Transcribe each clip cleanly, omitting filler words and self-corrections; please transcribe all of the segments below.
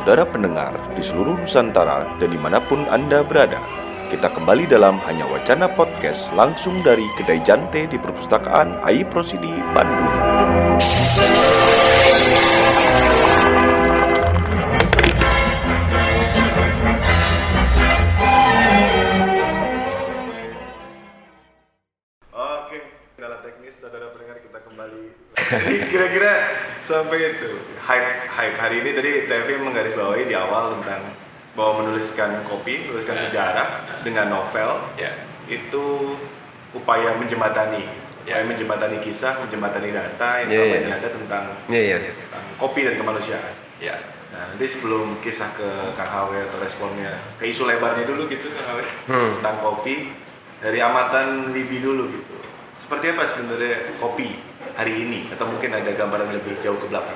saudara pendengar di seluruh Nusantara dan dimanapun Anda berada. Kita kembali dalam Hanya Wacana Podcast langsung dari Kedai Jante di Perpustakaan AI Prosidi, Bandung. Oke, kendala teknis saudara pendengar, kita kembali. Jadi kira-kira sampai itu hype hari ini tadi TFI menggarisbawahi di awal tentang bahwa menuliskan sejarah dengan novel itu upaya menjembatani kisah, menjembatani data yang selama ini ada tentang kopi dan kemanusiaan. Nah, nanti sebelum kisah ke Kang Hawe atau responnya ke isu lebarnya dulu gitu Kang Hawe tentang kopi dari amatan Libi dulu gitu. Seperti apa sebenarnya kopi hari ini atau mungkin ada gambaran lebih jauh ke belakang?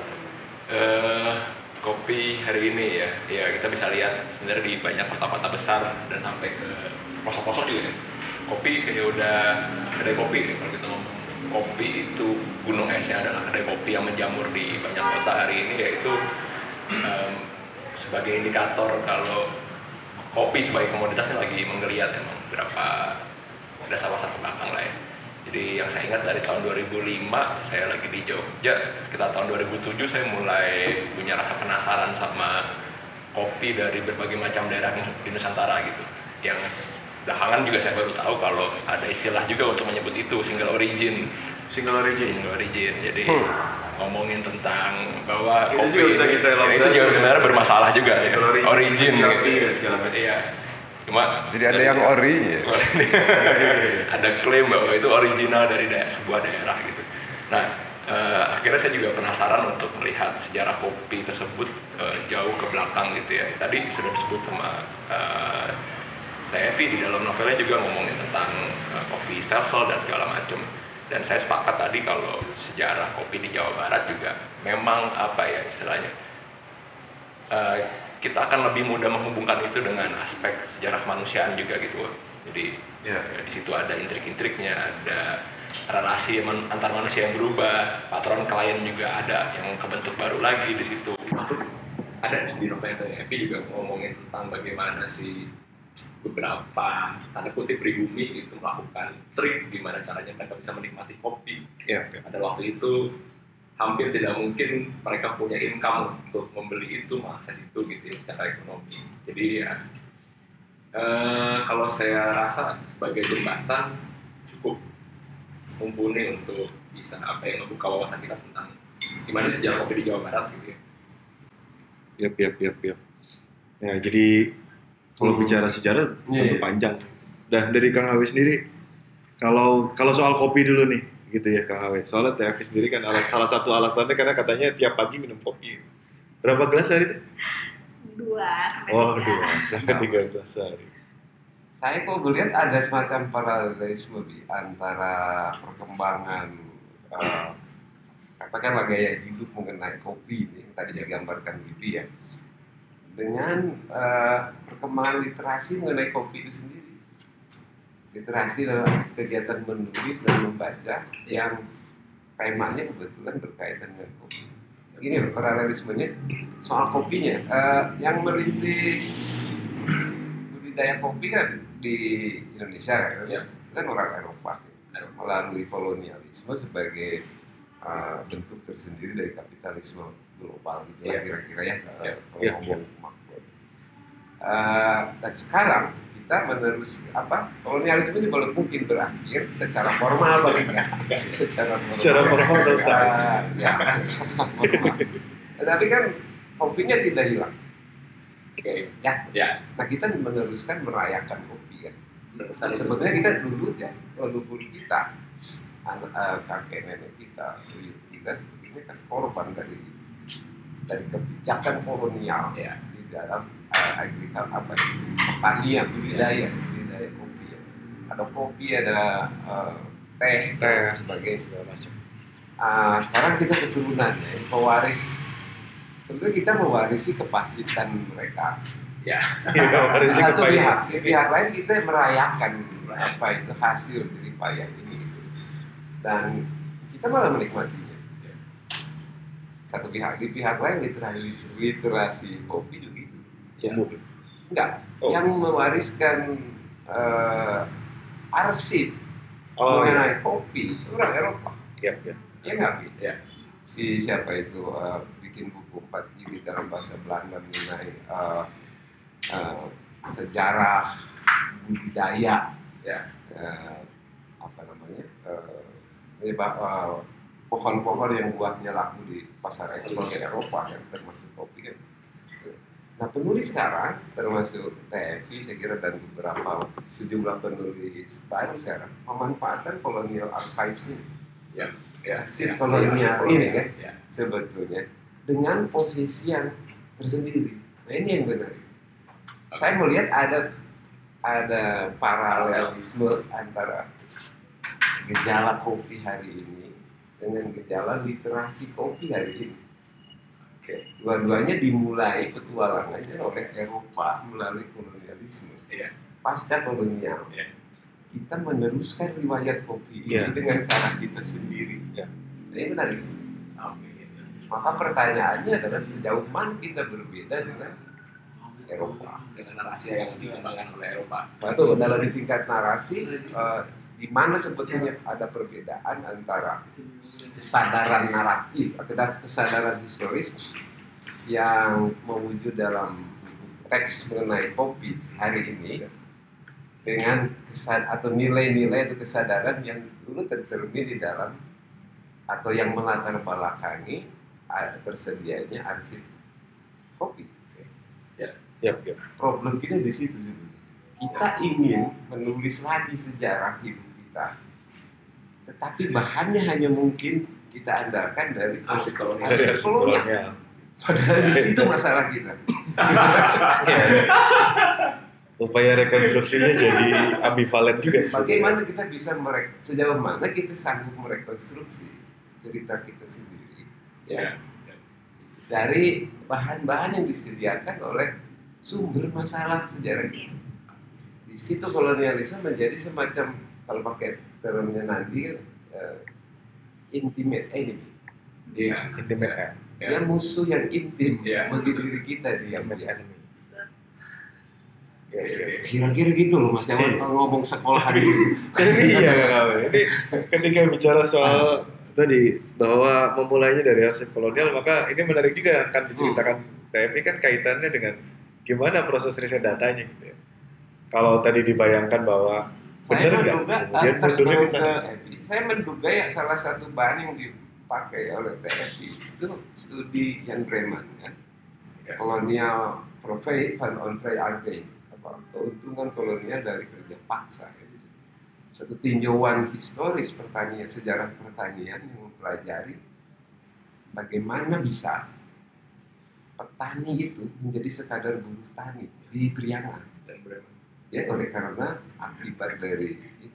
Kopi hari ini ya kita bisa lihat sebenarnya di banyak kota-kota besar dan sampai ke pelosok-pelosok juga ya. Kopi kayak udah kedai kopi kalau kita ngomong kopi itu gunung esnya adalah kedai kopi yang menjamur di banyak kota hari ini, yaitu sebagai indikator kalau kopi sebagai komoditasnya lagi menggeliat emang berapa dasar-dasar ke belakang lah ya. Jadi yang saya ingat dari tahun 2005 saya lagi di Jogja, sekitar tahun 2007 saya mulai punya rasa penasaran sama kopi dari berbagai macam daerah di Nusantara gitu. Yang belakangan juga saya baru tahu kalau ada istilah juga untuk menyebut itu single origin. Jadi ngomongin tentang bahwa itu kopi juga itu juga sebenarnya bermasalah juga ya. Origin gitu. Iya. Cuma jadi ada yang ori ya? ada klaim bahwa itu original dari sebuah daerah gitu. Nah, akhirnya saya juga penasaran untuk melihat sejarah kopi tersebut jauh ke belakang gitu ya. Tadi sudah disebut sama TFI di dalam novelnya juga ngomongin tentang kopi stelsel dan segala macam. Dan saya sepakat tadi kalau sejarah kopi di Jawa Barat juga memang apa ya istilahnya, kita akan lebih mudah menghubungkan itu dengan aspek sejarah kemanusiaan juga gitu. Jadi di situ ada intrik-intriknya, ada relasi antar manusia yang berubah, patron klien juga ada yang kebentuk baru lagi di situ. Masuk ada di novel TFI juga ngomongin tentang bagaimana si beberapa tanda kutip pribumi itu melakukan trik gimana caranya mereka bisa menikmati kopi. Pada waktu itu hampir tidak mungkin mereka punya income untuk membeli itu, mengakses itu gitu ya secara ekonomi. Jadi ya kalau saya rasa sebagai jembatan cukup mumpuni untuk bisa membuka wawasan kita tentang gimana sejarah kopi di Jawa Barat gitu ya. Yap. Ya, jadi kalau bicara sejarah tentu panjang. Dan dari Kang Hawi sendiri, kalau soal kopi dulu nih, gitu ya Kang Hawi. Soalnya TFI sendiri kan salah satu alasannya karena katanya tiap pagi minum kopi. Berapa gelas hari itu? 2 sampai 3 gelas sehari. Saya kok melihat ada semacam paralelisme antara perkembangan katakanlah gaya hidup mengenai kopi yang tadi digambarkan Bibi ya, dengan perkembangan literasi mengenai kopi itu sendiri. Literasi dalam kegiatan menulis dan membaca yang temanya kebetulan berkaitan dengan kopi. Begini paralelismenya soal kopinya. Yang merintis budidaya kopi kan di Indonesia kan orang Eropa melalui kolonialisme sebagai bentuk tersendiri dari kapitalisme global gitu kira-kira ya kalau ngomong makro. Dan sekarang kita menerus kolonialisme ini belum mungkin berakhir secara formal paling nggak secara formal selesai secara formal. Tapi kan kopinya tidak hilang. Nah kita meneruskan merayakan kopi kan. Sebetulnya kita dulu leluhur kita, kakek nenek kita, buyut kita sebetulnya kan korban dari kebijakan kolonial di dalam pertanian, budidaya kopi. Ada kopi, ada teh sebagainya segala macam. Sekarang kita keturunannya pewaris. Sebenarnya kita mewarisi kepahitan mereka. Satu pihak lain kita merayakan itu hasil dari payah ini. Dan kita malah menikmatinya. satu pihak, di pihak lain literasi kopi juga gitu. Ya. Enggak, yang mewariskan arsip mengenai kopi itu orang Eropa. Ya nggak, Bi? Ya. Si siapa itu bikin buku 4 jilid dalam bahasa Belanda mengenai sejarah budidaya, ya, apa namanya, pohon-pohon yang buahnya laku di pasar ekspor ke Eropa, yang termasuk kopi kan. Nah, penulis sekarang termasuk TFI saya kira dan beberapa sejumlah penulis baru sekarang memanfaatkan colonial archives ini, kolonial ini kan, sebetulnya dengan posisi yang tersendiri. Nah, ini yang benar. Saya melihat ada paralelisme antara gejala kopi hari ini dengan gejala literasi kopi hari ini. Dua-duanya dimulai petualangannya oleh Eropa melalui kolonialisme. Pasca kolonial, kita meneruskan riwayat kopi ini dengan cara kita sendiri. Nah, ini menarik. Maka pertanyaannya adalah sejauh mana kita berbeda dengan Eropa, dengan narasi yang dikembangkan oleh Eropa. Betul, dalam di tingkat narasi, di mana sebetulnya ada perbedaan antara kesadaran naratif atau kesadaran historis yang mewujud dalam teks mengenai kopi hari ini dengan atau nilai-nilai atau kesadaran yang dulu tercermin di dalam atau yang melatar belakangi tersedianya arsip kopi. Problem kita di situ. Kita ingin menulis lagi sejarah hidup kita, tetapi bahannya hanya mungkin kita andalkan dari arsip kolonial. Padahal di situ masalah kita. Upaya rekonstruksinya jadi ambivalen juga. Bagaimana kita bisa sejauh mana kita sanggup merekonstruksi cerita kita sendiri, dari bahan-bahan yang disediakan oleh sumber masalah sejarah kita. Di situ kolonialisme menjadi semacam, kalau pakai termnya nanti, intimate enemy. Intimate. Dia musuh yang intim bagi diri kita, dia enemy. Kira-kira gitu loh Mas Yawan ngomong sekolah hari ini. Ini ketika bicara soal tadi bahwa memulainya dari arsip kolonial, maka ini menarik juga akan diceritakan TFI kan kaitannya dengan gimana proses riset datanya gitu ya. Kalau tadi dibayangkan bahwa saya menduga ya salah satu bahan yang dipakai oleh TFI itu studi Jan Breman kan, kolonial profit van onvrij arbeid, keuntungan kolonial dari kerja paksa. Satu tinjauan historis pertanian, sejarah pertanian yang mempelajari bagaimana bisa petani itu menjadi sekadar buruh tani di Priangan dan Bremen. Ya, oleh karena akibat dari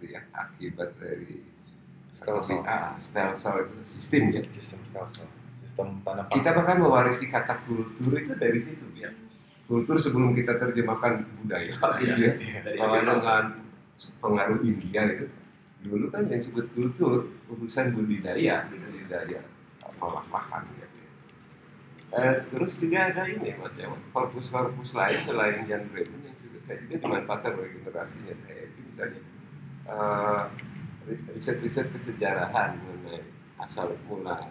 stelsel itu sistem stelsel, sistem tanah paksa. Kita bahkan mewarisi kata kultur itu dari situ ya. Kultur sebelum kita terjemahkan budaya gitu ya. Dengan pengaruh India itu. Dulu kan yang disebut kultur urusan budidaya lahan ya. Terus juga ada ini Mas Jawa, korpus lain selain Jan Bremen yang saya juga dimanfaatkan oleh generasinya TFI, misalnya riset-riset kesejarahan mengenai asal mula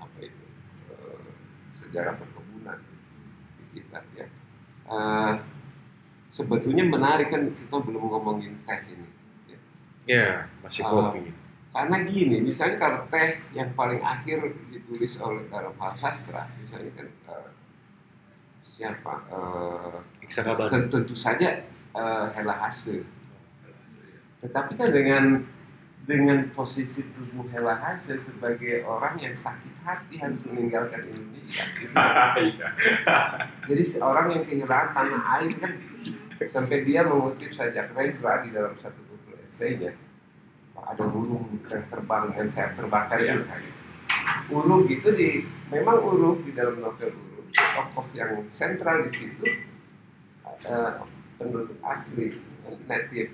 sejarah perkebunan di kita ya. Sebetulnya menarik kan, kita belum ngomongin teh ini ya, masih kopi. Karena gini, misalnya kalau teh yang paling akhir ditulis oleh dalam hal sastra, misalnya kan siapa? Tentu saja Hella Hase. Tetapi kan dengan posisi tubuh Hella Hase sebagai orang yang sakit hati harus meninggalkan Indonesia. Gitu. Jadi seorang yang kehilangan tanah air kan, sampai dia mengutip Sajak Rendra di dalam satu buku esainya. Ada burung yang terbang dengan sayap terbakar itu kan. Uruk itu memang Uruk di dalam novel Uruk tokoh yang sentral di situ penduduk asli native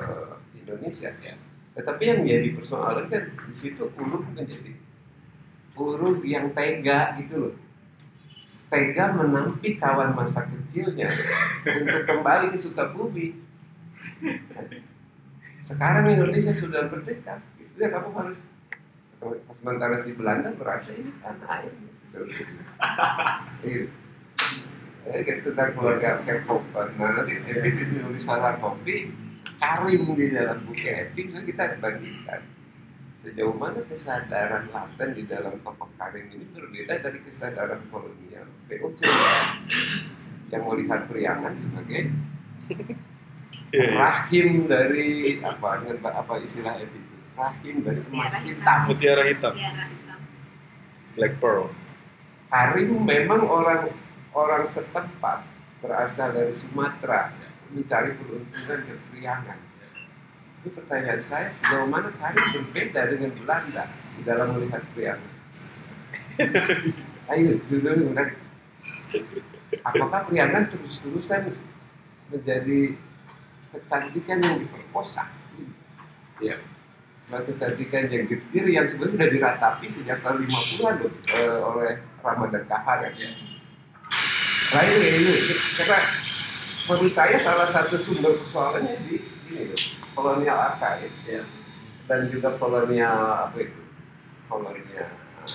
Indonesia ya. Tetapi yang jadi persoalan kan di situ Uruk menjadi buruh yang tega gitu loh. Tega menampik kawan masa kecilnya untuk kembali ke Sukabumi. Sekarang Indonesia sudah merdeka, gitu ya, kamu harus. Sementara si Belanda merasa ini tanah air. Gitu. Tentang keluarga Kerkopen. Nah nanti Evi menulis salah kopi, Karim di dalam buku Evi, kita bandingkan sejauh mana kesadaran laten di dalam tokoh Karim ini berbeda dari kesadaran kolonial POC yang melihat Priangan sebagai rahim dari apa istilah Evi, rahim dari emas hitam, mutiara hitam, black pearl. Karim memang orang setempat berasal dari Sumatera mencari peruntungan ke Priangan. Ini pertanyaan saya, sejauh mana Karim berbeda dengan Belanda di dalam melihat Priangan? Ayo, jujur benar. Apakah Priangan terus-terusan menjadi kecantikan yang diperkosa? Iya. Sebagai kecantikan yang getir yang sebenarnya sudah diratapi sejak tahun 50-an oleh Ramadan Kahar ya. Nah ini karena menurut saya salah satu sumber persoalannya di ini kolonial arkaik ya, dan juga kolonial kolonial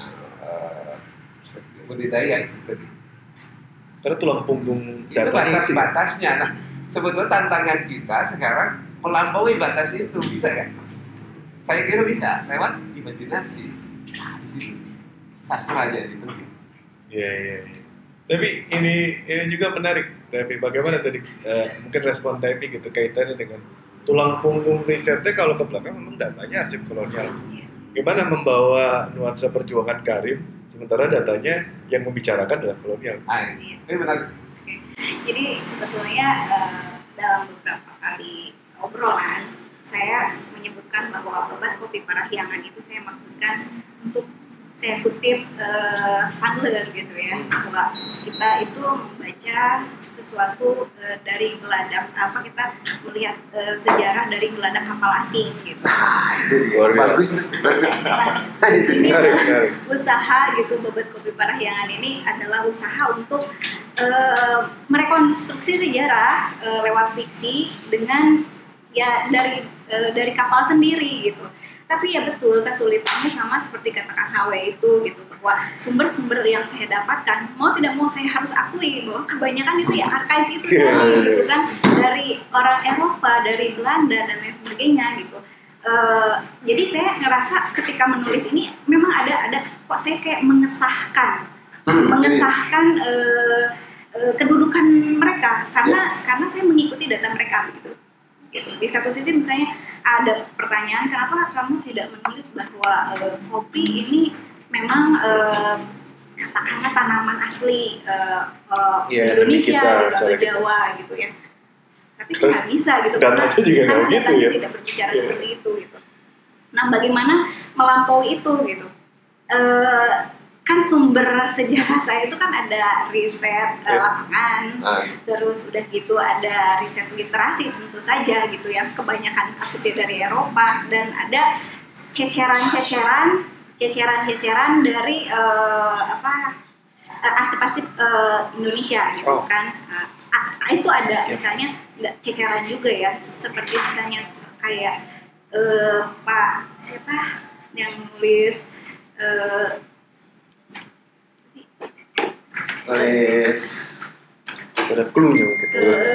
budidaya itu tadi. Karena tulang punggung itu batas-batasnya. Nah, sebetulnya tantangan kita sekarang melampaui batas itu, bisa kan? Saya kira bisa lewat imajinasi. Nah, di situ sastra jadi penting. Iya. Tapi ini juga menarik, Tevi. Bagaimana tadi mungkin respon Tevi gitu kaitannya dengan tulang punggung risetnya, kalau ke belakang memang datanya arsip kolonial. Gimana membawa nuansa perjuangan Karim sementara datanya yang membicarakan adalah kolonial. Ini benar. Jadi sebetulnya dalam beberapa kali obrolan saya menyebutkan bahwa obat kopi Parahyangan itu saya maksudkan untuk saya kutip Handler gitu ya, bahwa kita itu membaca sesuatu dari geladak kita melihat sejarah dari geladak kapal asing gitu. Bagus. Ini usaha gitu, Bobot Kopi Parahyangan ini adalah usaha untuk merekonstruksi sejarah lewat fiksi dengan ya dari kapal sendiri gitu. Tapi ya betul, kesulitannya sama seperti katakan HW itu gitu, bahwa sumber-sumber yang saya dapatkan mau tidak mau saya harus akui bahwa kebanyakan itu ya archive itu gitu kan, dari orang Eropa, dari Belanda dan lain sebagainya gitu. Jadi saya ngerasa ketika menulis ini memang ada kok saya kayak mengesahkan kedudukan mereka karena saya mengikuti data mereka gitu. Di satu sisi misalnya ada pertanyaan, kenapa kamu tidak menulis bahwa kopi ini memang katakanlah tanaman asli Indonesia atau Jawa gitu ya. Tapi saya nggak bisa gitu, datanya juga nggak gitu ya, tidak berbicara seperti itu gitu. Nah, bagaimana melampaui itu gitu? Kan sumber sejarah saya itu kan ada riset lapangan, terus udah gitu ada riset literasi tentu saja gitu ya, kebanyakan arsipnya dari Eropa, dan ada ceceran dari arsip-arsip Indonesia gitu kan. Itu ada misalnya nggak ceceran juga ya, seperti misalnya kayak Pak siapa yang nulis ada clue-nya mungkin.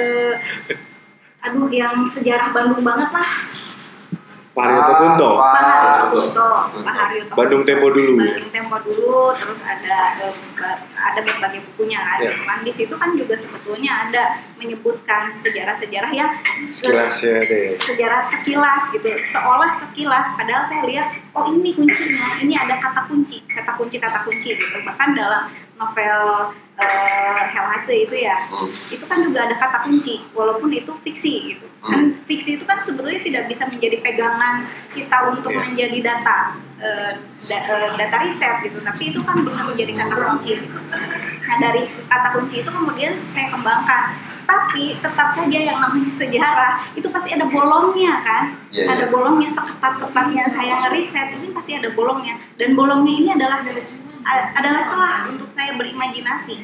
Yang sejarah Bandung banget lah. Pak Haryoto Kunto. Bandung Tempo dulu. Terus ada berbagai bukunya kan. Di situ kan juga sebetulnya ada menyebutkan sejarah-sejarah yang sejarah sekilas gitu, seolah sekilas, padahal saya lihat ini kuncinya, ini ada kata kunci gitu. Bahkan dalam novel Hellhase itu ya, itu kan juga ada kata kunci walaupun itu fiksi gitu. Kan fiksi itu kan sebetulnya tidak bisa menjadi pegangan kita untuk menjadi data riset gitu, tapi itu kan bisa menjadi kata kunci gitu. Nah, dari kata kunci itu kemudian saya kembangkan Tapi tetap saja yang namanya sejarah itu pasti ada bolongnya kan, ada bolongnya. Seketat-ketatnya saya ngeriset ini pasti ada bolongnya, dan bolongnya ini adalah celah untuk saya berimajinasi.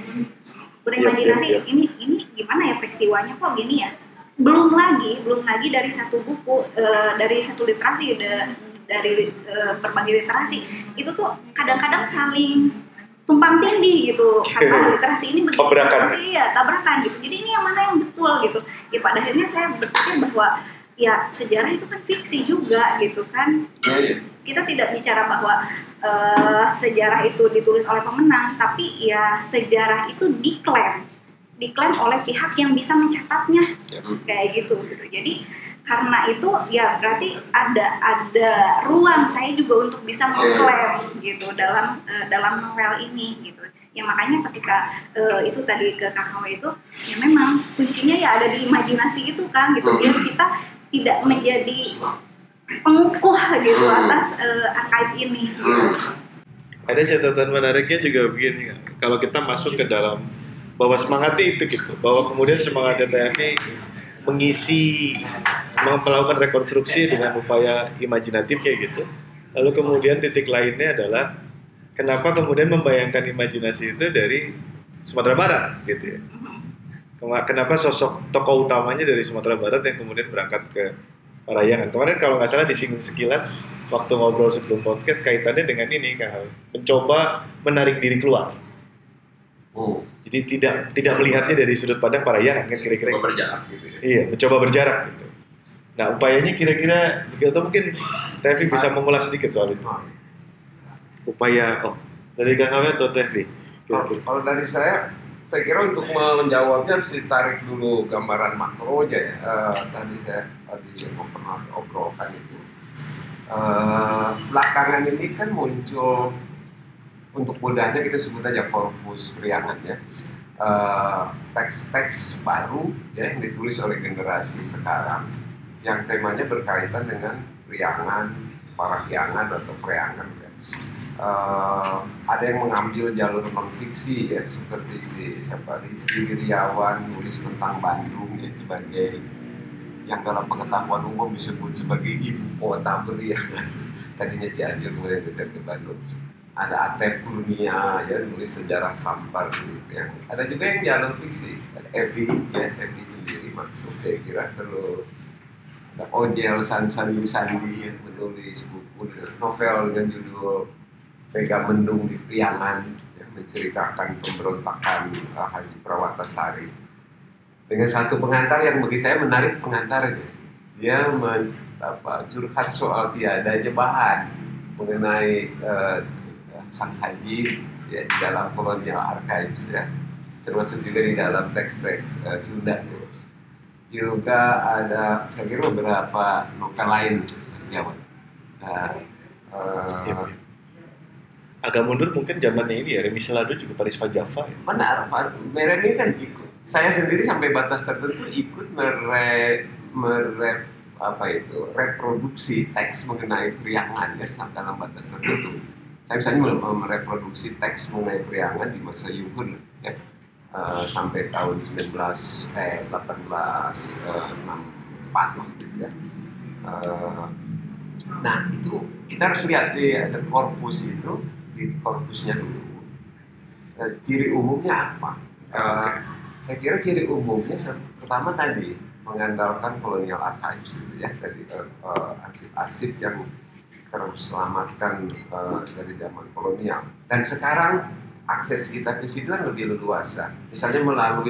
Ini gimana ya peristiwanya kok gini ya. Belum lagi dari satu buku, dari satu literasi, dari berbagai literasi itu tuh kadang-kadang saling tumpang tindih gitu, kata literasi ini begitu, tabrakan gitu. Jadi ini yang mana yang betul gitu. Ya pada akhirnya saya berpikir bahwa ya sejarah itu kan fiksi juga gitu kan. Kita tidak bicara bahwa sejarah itu ditulis oleh pemenang, tapi ya sejarah itu diklaim oleh pihak yang bisa mencatatnya, kayak gitu. Jadi karena itu ya berarti ada ruang saya juga untuk bisa mengklaim gitu dalam novel ini gitu. Ya makanya ketika itu tadi ke KKW itu ya memang kuncinya ya ada di imajinasi itu kan gitu, biar kita tidak menjadi pengukuh gitu atas archive ini gitu. Ada catatan menariknya juga begini, kalau kita masuk ke dalam bahwa semangatnya itu gitu, bahwa kemudian semangatnya TFI mengisi, melakukan rekonstruksi dengan upaya imajinatifnya gitu. Lalu kemudian titik lainnya adalah kenapa kemudian membayangkan imajinasi itu dari Sumatera Barat gitu ya. Kenapa sosok tokoh utamanya dari Sumatera Barat yang kemudian berangkat ke Parahyangan. Kemarin kalau nggak salah disinggung sekilas waktu ngobrol sebelum podcast kaitannya dengan ini kan, mencoba menarik diri keluar. Jadi tidak melihatnya dari sudut pandang Parahyangan kan kira-kira. Mencoba berjarak gitu ya. Iya, mencoba berjarak gitu. Nah, upayanya kira-kira atau mungkin Tevi bisa mengulas sedikit soal itu. Upaya dari Kang Awe atau Tevi? Kalau dari saya kira untuk menjawabnya harus ditarik dulu gambaran makro aja ya. Tadi yang pernah obrolkan itu. Belakangan ini kan muncul, untuk mudahnya kita sebut aja korpus Priangan ya, teks-teks baru ya yang ditulis oleh generasi sekarang yang temanya berkaitan dengan Priangan, Parahyangan atau Priangan ya. Ada yang mengambil jalur non-fiksi ya, seperti Rizky Wiriawan nulis tentang Bandung ya, sebagai yang dalam pengetahuan umum disebut sebagai ibu kota Priangan. Tadinya Cianjur kemudian geser ke Bandung. Ada Atep Kurnia ya nulis sejarah Sampar gitu ya. Ada juga yang jalur fiksi, ada Evi sendiri masuk saya kira. Terus ada Ojel Sandi yang menulis buku novel dengan judul Pega Mendung di Priangan yang menceritakan pemberontakan Haji Prawatasari dengan satu pengantar yang bagi saya menarik pengantarnya. Dia curhat soal tiadanya bahan mengenai Sang Haji ya, di dalam Colonial Archives ya, termasuk juga di dalam teks-teks Sunda. Juga ada saya kira beberapa novel lain Mas Jawan. Agak mundur mungkin zamannya ini ya, Remi Selado juga Paris Fajava ya. Benar, Meren ini kan ikut. Saya sendiri sampai batas tertentu ikut reproduksi teks mengenai Priangan ya, dalam batas tertentu. Saya misalnya mereproduksi teks mengenai Priangan di masa Yuhun ya, sampai tahun 1864 lah gitu ya. Nah itu kita harus lihat ada korpus itu, di korpusnya dulu. Ciri umumnya apa? Saya kira ciri umumnya pertama tadi mengandalkan Colonial Archives gitu ya, dari arsip-arsip yang terselamatkan dari zaman kolonial. Dan sekarang akses kita ke situ kan lebih leluasa. Misalnya melalui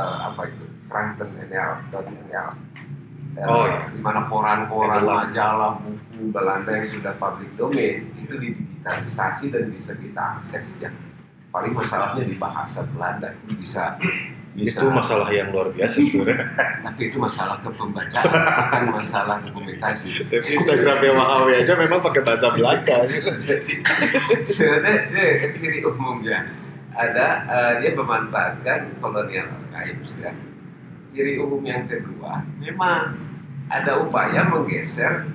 Kranten.nl, di mana koran-koran, majalah, buku Belanda yang sudah public domain itu didigitalisasi dan bisa kita akses ya. Paling masalahnya di bahasa Belanda itu bisa itu masalah yang luar biasa sebenarnya. Tapi itu masalah kepembacaan, bukan masalah dokumentasi. Instagramnya Mahawi aja memang pakai bahasa Belanda. Jadi sebenarnya ciri umumnya ada dia memanfaatkan Colonial Archives ya. Ciri umum yang kedua memang ada upaya menggeser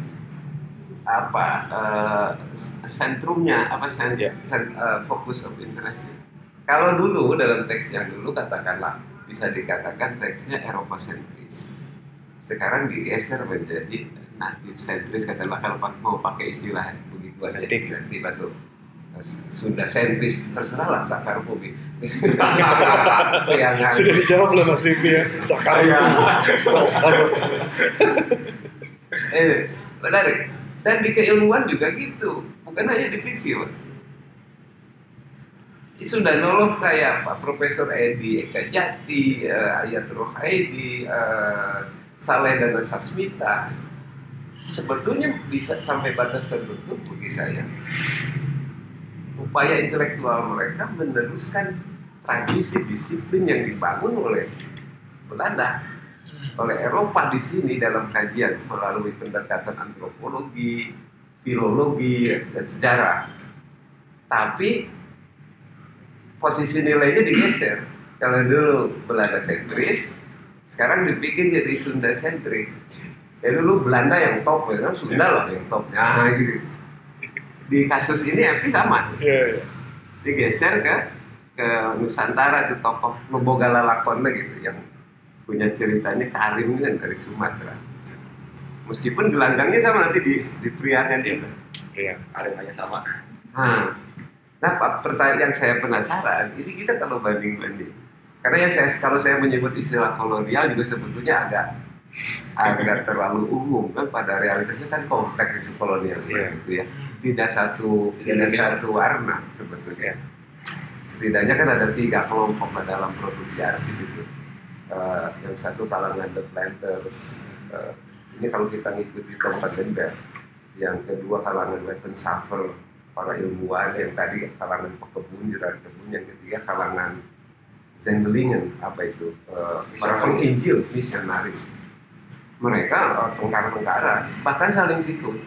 sentrumnya fokus of interest. Kalau dulu dalam teks yang dulu katakanlah bisa dikatakan teksnya Eropa sentris. Sekarang digeser menjadi natif sentris, katakanlah kalau mau pakai istilah begitu aja. Natif atau Sunda sentris, terserah lah Sakar Bumi. Sudah dijawab loh Mas Vivi ya, Sakar. Menarik. Dan di keilmuan juga gitu, bukan hanya di fiksi, Pak. Sudah nolong kayak Pak Profesor Edi Eka Jati, Ayat Rohaidi, Saleh dan Sasmita, sebetulnya bisa sampai batas tertentu bagi saya. Upaya intelektual mereka meneruskan tradisi disiplin yang dibangun oleh Belanda, oleh Eropa di sini dalam kajian melalui pendekatan antropologi, filologi, dan sejarah. Tapi posisi nilainya digeser. Kalau dulu Belanda sentris, sekarang dibikin jadi Sunda sentris. Ya dulu Belanda yang top, ya kan Sunda lah yang top. Nah gitu. Di kasus ini Evi sama tuh. Digeser ke Nusantara itu tokoh Ngebogala Lakona gitu yang punya ceritanya Karim kan dari Sumatera. Meskipun gelanggangnya sama nanti di Priangan itu. Iya, areanya sama. Nah, pertanyaan yang saya penasaran, ini kita kalau banding-banding. Karena kalau saya menyebut istilah kolonial juga sebetulnya agak terlalu umum kan, pada realitasnya kan kompleks isu kolonial gitu ya. Tidak satu warna sebetulnya. Setidaknya kan ada 3 kelompok dalam produksi arsip itu. Yang satu kalangan The Planters, ini kalau kita ngikuti Tom Vandenberg. Yang kedua kalangan Wetensafer, para ilmuwan, yang tadi kalangan pekebun, jurang kebun, yang ketiga kalangan Zendelingen, para penginjil, misionaris. Mereka tengkar-tengkara, bahkan saling sikut.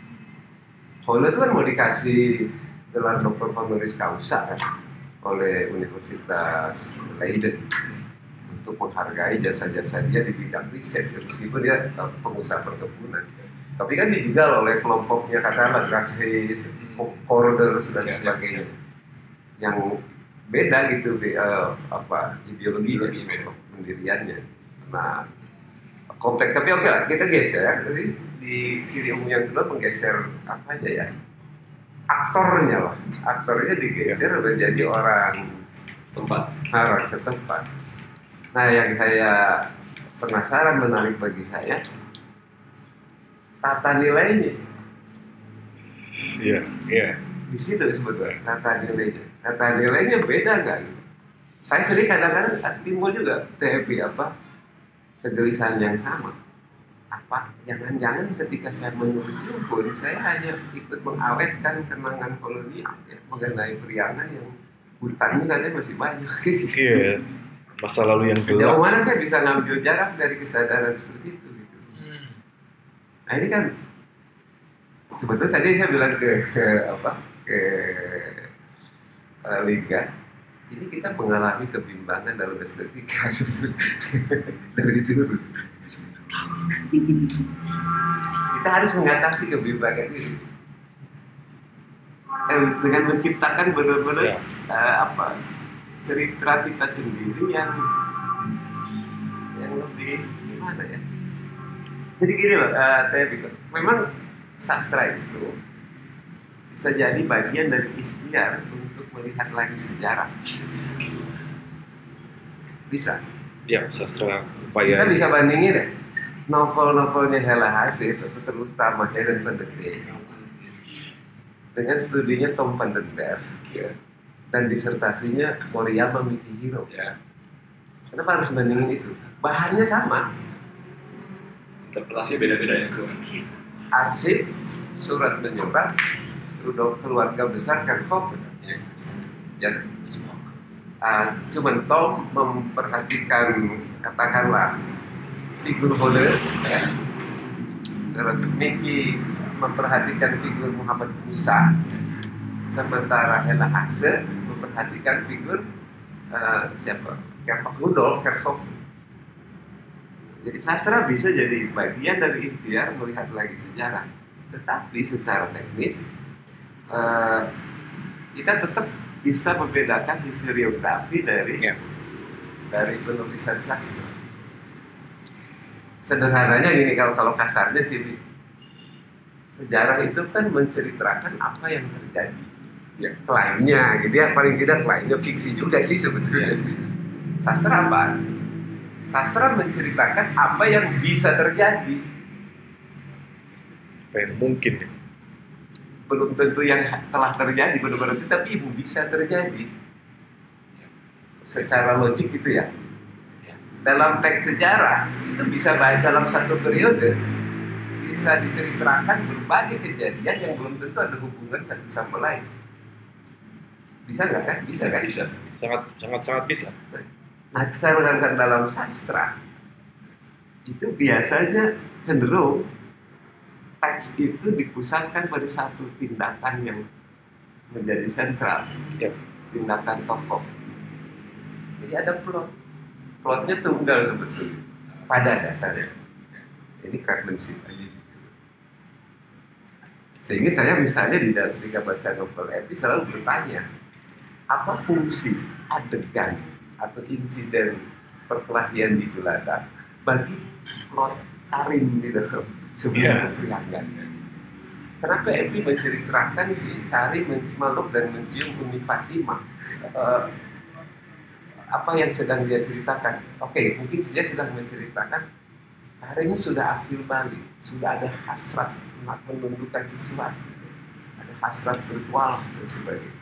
Holle itu kan mau dikasih gelar doktor honoris causa kan oleh Universitas Leiden untuk menghargai jasa-jasa dia di bidang riset, meskipun dia pengusaha perkebunan. Tapi kan dijegal oleh kelompoknya, katakanlah Grasshey's, Corders dan sebagainya, yang beda gitu ideologinya, pendiriannya. Nah, kompleks. Tapi oke lah, kita geser. Jadi di ciri umum yang kedua menggeser apa aja ya? Aktornya lah. Aktornya digeser menjadi orang setempat. Nah, yang saya penasaran, menarik bagi saya, tata nilainya. Iya. Di situ sebetulnya tata nilainya. Tata nilainya beda nggak? Saya sering kadang-kadang timbul juga kegelisahan yang sama. Jangan-jangan ketika saya menulis pun saya hanya ikut mengawetkan kenangan kolonial mengenai Priangan yang hutannya katanya masih banyak. Iya. Masa lalu yang gelap. Sejauh mana saya bisa ngambil jarak dari kesadaran seperti itu gitu. Nah ini kan sebetulnya tadi saya bilang ke Liga, ini kita mengalami kebimbangan dalam estetika dari dulu. Kita harus mengatasi kebimbangan ini dengan menciptakan benar-benar cerita kita sendiri yang lebih gimana ya. Jadi gini loh, memang sastra itu bisa jadi bagian dari ikhtiar untuk melihat lagi sejarah. Bisa. Ya, sastra upaya. Kita bisa bandingin deh. Novel-novelnya Hella Hase itu terutama Helen van der Geest dengan studinya Tom Vandenberg dan disertasinya Moriyama Mikihiro. Kenapa harus bandingin itu? Bahannya sama, interpretasi beda-beda ya. arsip, surat menyurat, keluarga besar Kerkhove. Cuman Tom memperhatikan katakanlah figur Holle, terus Miki memperhatikan figur Muhammad Musa, sementara Hella Hase memperhatikan figur Rudolf Kerkhove. Jadi sastra bisa jadi bagian dari ikhtiar melihat lagi sejarah, tetapi secara teknis kita tetap bisa membedakan historiografi dari dari penulisan sastra. Sederhananya gini, kalau kasarnya sih, sejarah itu kan menceritakan apa yang terjadi, ya klaimnya gitu ya, paling tidak klaimnya fiksi juga sih sebetulnya. Sastra apa? Sastra menceritakan apa yang bisa terjadi. Apa yang mungkin ya? Belum tentu yang telah terjadi benar-benar, tapi bisa terjadi secara logik gitu ya. Dalam teks sejarah itu bisa baik dalam satu periode bisa diceritakan berbagai kejadian yang belum tentu ada hubungan satu sama lain. Bisa nggak kan? Bisa kan? Bisa. Sangat bisa. Nah, kita renungkan dalam sastra itu biasanya cenderung teks itu dipusatkan pada satu tindakan yang menjadi sentral, tindakan tokoh. Jadi ada plotnya tunggal sebetulnya pada dasarnya. Ini fragmentasi aja sih. Sehingga saya misalnya ketika baca novel Epi selalu bertanya, apa fungsi adegan atau insiden perkelahian di Geladak bagi plot Karim di dalam sebuah peperangan. Kenapa Epi menceritakan si Karim memeluk dan mencium Umi Fatimah? Apa yang sedang dia ceritakan? Oke, mungkin dia sedang menceritakan Karim sudah akil balik, sudah ada hasrat nak menundukkan sesuatu, ada hasrat bertualang dan sebagainya.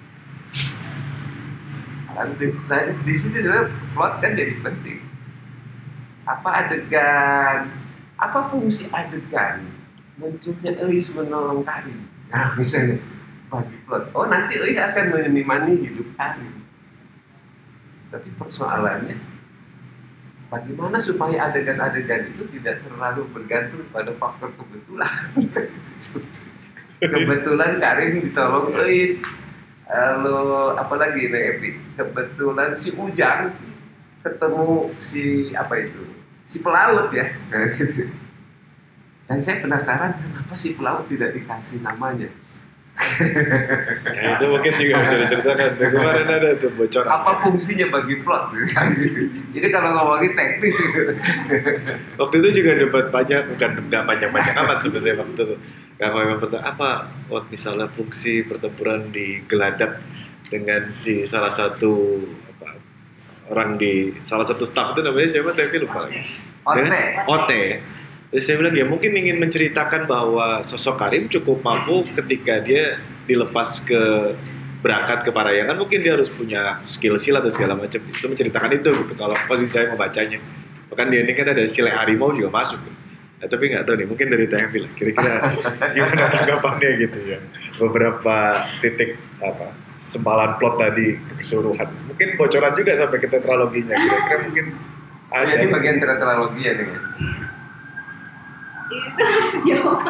Nah, di sini sebenarnya plot kan jadi penting. Apa adegan? Apa fungsi adegan munculnya Eis menolong Karim? Nah, misalnya bagi plot, oh nanti Eis akan menemani hidup Karim. Tapi persoalannya, bagaimana supaya adegan-adegan itu tidak terlalu bergantung pada faktor kebetulan? Kebetulan Karim ditolong Eis, lalu apalagi nih Epi? Kebetulan si Ujang ketemu si si pelaut ya, gitu. Dan saya penasaran kenapa si pelaut tidak dikasih namanya. Ya, itu mungkin juga bisa diceritakan. Kemarin ada tuh bocoran. Apa fungsinya bagi plot? Jadi kalau ngomongin teknis gitu. Waktu itu juga debat banyak, nggak panjang-panjang amat sebenarnya waktu itu. Kalau memang apa misalnya fungsi pertempuran di Geladak dengan si salah satu orang di salah satu staff itu namanya siapa? Tapi lupa lagi. Ote. Terus saya bilang ya mungkin ingin menceritakan bahwa sosok Karim cukup mampu ketika dia dilepas berangkat ke Parayangan, mungkin dia harus punya skill silat dan segala macam. Itu menceritakan itu gitu kalau posisi saya membacanya. Bahkan di ini kan ada sile harimau juga masuk. Nah, tapi nggak tahu nih, mungkin dari TFI lah. Kira-kira gimana tanggapannya gitu ya. Beberapa titik sempalan plot tadi keseluruhan. Mungkin bocoran juga sampai ke tetraloginya. Kira-kira mungkin ada. Jadi bagian tetralogi ya nih. Itu harus jawab.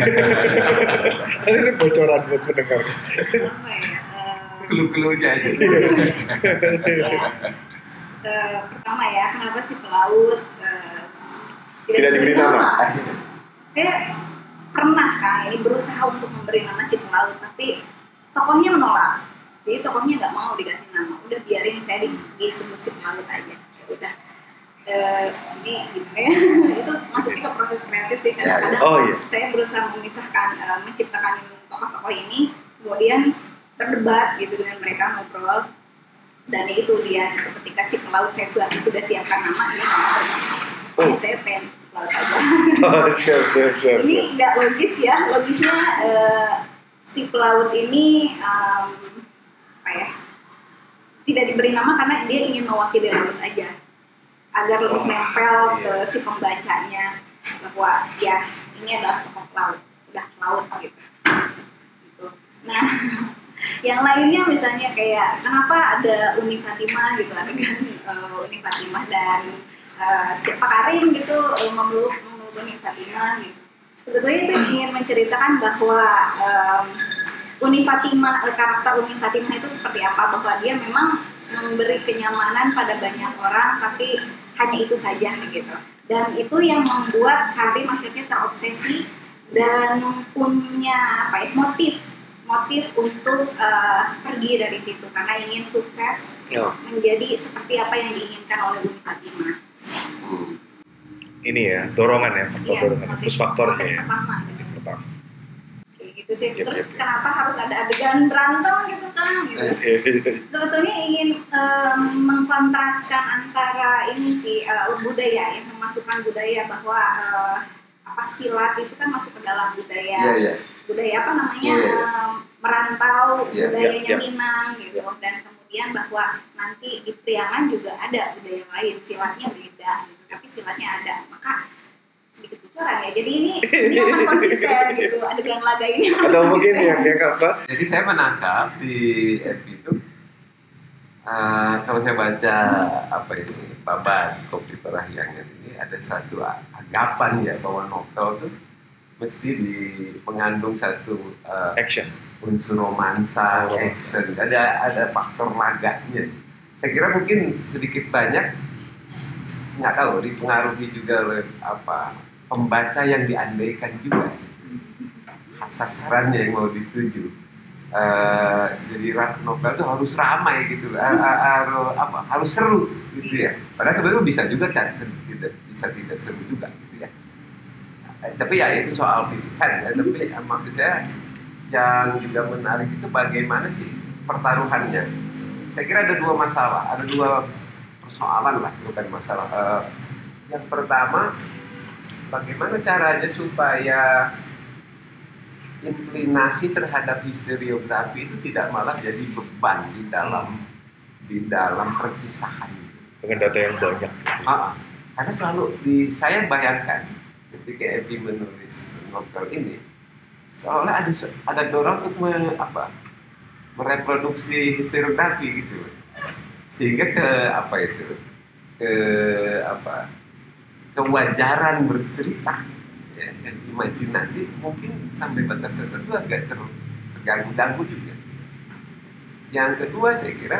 Ini bocoran buat pendengar. Clue-cluenya aja. Pertama ya, kenapa si pelaut tidak diberi nama? Saya pernah kan ini berusaha untuk memberi nama si pelaut, tapi tokohnya menolak. Jadi tokohnya nggak mau dikasih nama. Udah biarin saya disebut si pelaut aja. Ya udah. Ini gimana ya? Itu masuknya ke proses kreatif sih. Kadang-kadang saya berusaha memisahkan, menciptakan tokoh-tokoh ini, kemudian berdebat gitu dengan mereka, ngobrol. Dan itu dia ketika si pelaut saya sudah siapkan nama, dia nama saya pengen pelaut aja. Siap. Ini nggak logis ya. Logisnya si pelaut ini tidak diberi nama karena dia ingin mewakili laut aja, agar lebih nempel ke si pembacanya bahwa ya ini adalah tokoh laut, udah laut gitu. Nah, yang lainnya misalnya kayak kenapa ada Umi Fatimah gitu, ada Umi Fatimah dan siapa Karim gitu memeluk Umi Fatimah gitu. Sebetulnya itu ingin menceritakan bahwa Umi Fatimah, karakter Umi Fatimah itu seperti apa, bahwa dia memang memberi kenyamanan pada banyak orang, tapi hanya itu saja gitu. Dan itu yang membuat Karim akhirnya terobsesi dan punya motif motif untuk pergi dari situ karena ingin sukses menjadi seperti apa yang diinginkan oleh Bumi Fatimah. Ini ya dorongan ya, faktor dorongan, terus faktornya ya. Pertama. Kayak gitu sih. Terus kenapa harus ada adegan berantem gitu kan? Gitu. Sebetulnya ingin mengkontraskan antara ini sih budaya, yang memasukkan budaya bahwa silat itu kan masuk ke dalam budaya. Budaya apa namanya merantau, budayanya Minang gitu, dan kemudian bahwa nanti di Priangan juga ada budaya lain, silatnya beda gitu, tapi silatnya ada, maka sedikit bocoran ya, jadi ini akan konsisten gitu adegan laga ini atau mungkin yang apa? Jadi saya menangkap di FB itu kalau saya baca Babat Kopi Parahyangan ini ada satu anggapan ya bahwa novel itu mesti mengandung satu action, unsur romansa, action, ada faktor laganya. Saya kira mungkin sedikit banyak nggak tahu dipengaruhi juga oleh pembaca yang diandaikan juga, sasarannya yang mau dituju. Jadi novel itu harus ramai gitu, harus seru gitu ya. Padahal sebenarnya bisa juga kan tidak seru juga gitu ya. Tapi ya itu soal pilihan ya. Tapi maksud saya yang juga menarik itu bagaimana sih pertaruhannya. Saya kira ada dua masalah, ada dua persoalan lah, bukan masalah. Yang pertama, bagaimana caranya supaya inklinasi terhadap historiografi itu tidak malah jadi beban di dalam perkisahan dengan data yang banyak. Karena selalu saya bayangkan ketika Evi menulis novel ini, seolah ada dorong untuk mereproduksi historiografi gitu, sehingga kewajaran bercerita ya, imajinatif mungkin sampai batas tertentu agak terganggu juga. Yang kedua saya kira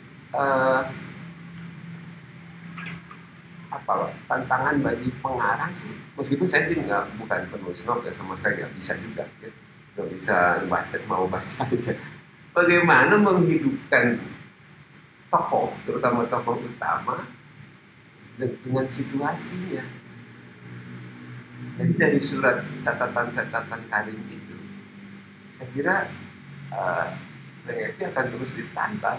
tantangan bagi pengarang sih, meskipun saya sih bukan penulis novel sama sekali, nggak bisa juga ya. Nggak bisa mau baca aja bagaimana menghidupkan tokoh, terutama tokoh utama dengan situasinya. Jadi dari surat catatan Karim itu saya kira akan terus ditantang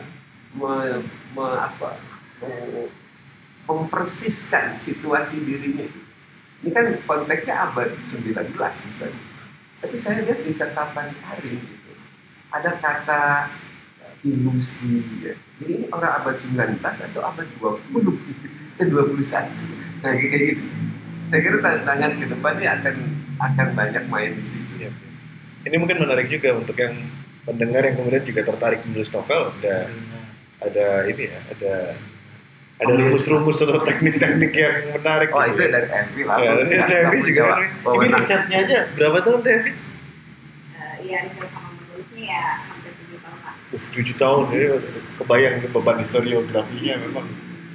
mempersiskan situasi dirinya itu. Ini kan konteksnya abad 19 misalnya. Tapi saya lihat di catatan Karim itu ada kata ilusi ya. Jadi ini orang abad 19 atau abad 20 dan 21. Nah kayak gitu. Saya kira tantangan ke depannya akan banyak main di situ ya. Ini mungkin menarik juga untuk yang pendengar yang kemudian juga tertarik menulis novel. Ada ini ya, ada rumus-rumus atau teknik-teknik yang menarik. Oh gitu. Itu dari Evi lah. Ya, ini Evi juga. Ini risetnya aja berapa tahun Evi? Iya, riset sama menulisnya ya hampir 7 tahun lah. 7 tahun, jadi kebayang beban historiografinya memang.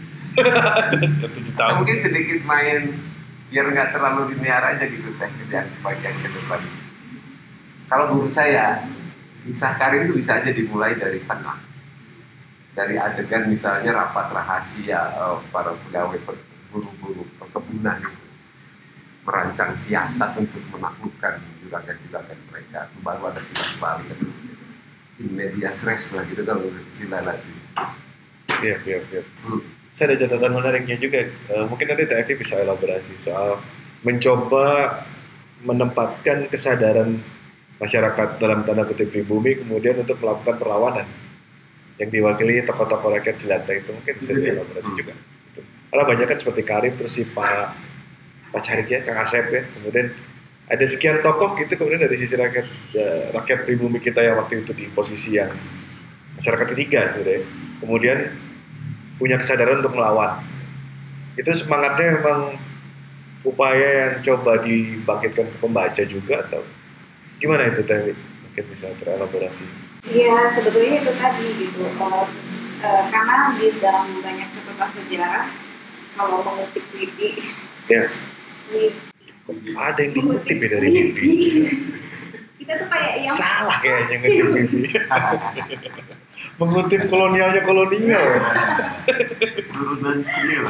7 tahun. Mungkin sedikit main biar nggak terlalu linear aja gitu yang bagian ke depan. Kalau menurut saya kisah Karim itu bisa aja dimulai dari tengah. Dari adegan misalnya rapat rahasia para pegawai buru-buru perkebunan itu merancang siasat untuk menaklukkan juragan-juragan mereka, baru ada kilas balik in medias res lah gitu kalau istilah lagi. Iya. Saya ada catatan menariknya juga, mungkin nanti TFI bisa elaborasi soal mencoba menempatkan kesadaran masyarakat dalam tanda kutip pribumi kemudian untuk melakukan perlawanan yang diwakili tokoh-tokoh rakyat jelata itu, mungkin bisa dielaborasi juga. Karena banyak kan seperti Karim, terus si Pak Carik ya, Kang Asep ya, kemudian ada sekian tokoh gitu, kemudian dari sisi rakyat pribumi kita yang waktu itu di posisi yang masyarakat ketiga sebenarnya, kemudian punya kesadaran untuk melawan. Itu semangatnya memang upaya yang coba dibangkitkan ke pembaca juga, atau gimana itu Teh? Mungkin bisa terelaborasi. Iya, sebetulnya itu tadi gitu. Karena di dalam banyak catatan sejarah, kalau mengutip Widi, ya. Ada yang dikutip ya dari Widi. Kita kita tuh kayak yang salah kayaknya ngejek Bibi. Mengutip kolonialnya kolonial. Turunan kenil.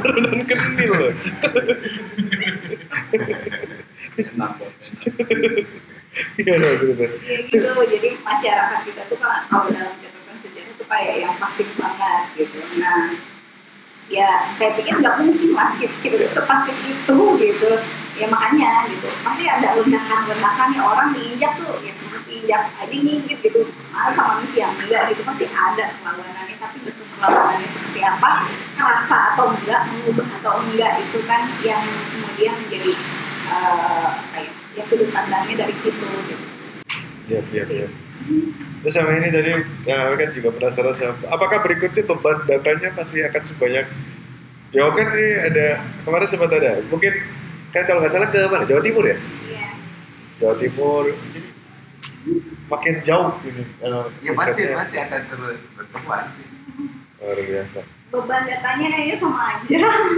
Enak. Iya betul. Ya gitu, jadi masyarakat kita tuh kalau dalam catatan sejarah tuh kayak yang pasif banget gitu. Nah, ya saya pikir nggak mungkin lah kita tuh sepasif itu gitu. Ya makanya gitu, pasti ada ledakan-ledakan ya, orang diinjak tuh ya seperti injak aja ngigit gitu. Masa manusia enggak gitu, pasti ada perlawanannya, tapi bentuk perlawanannya seperti apa, kerasa atau enggak, mengubah atau enggak, itu kan yang kemudian menjadi ya sudut pandangnya dari situ gitu. Iya. Terus sama ini tadi kan juga penasaran sama, apakah berikutnya beban datanya masih akan sebanyak? Ya kan ini ada kemarin sempat ada, mungkin kan kalau nggak salah ke mana? Jawa Timur ya? Iya. Jawa Timur makin jauh ini. Ya pasti akan terus berkembang sih. Luar biasa. Beban datanya kayaknya sama aja.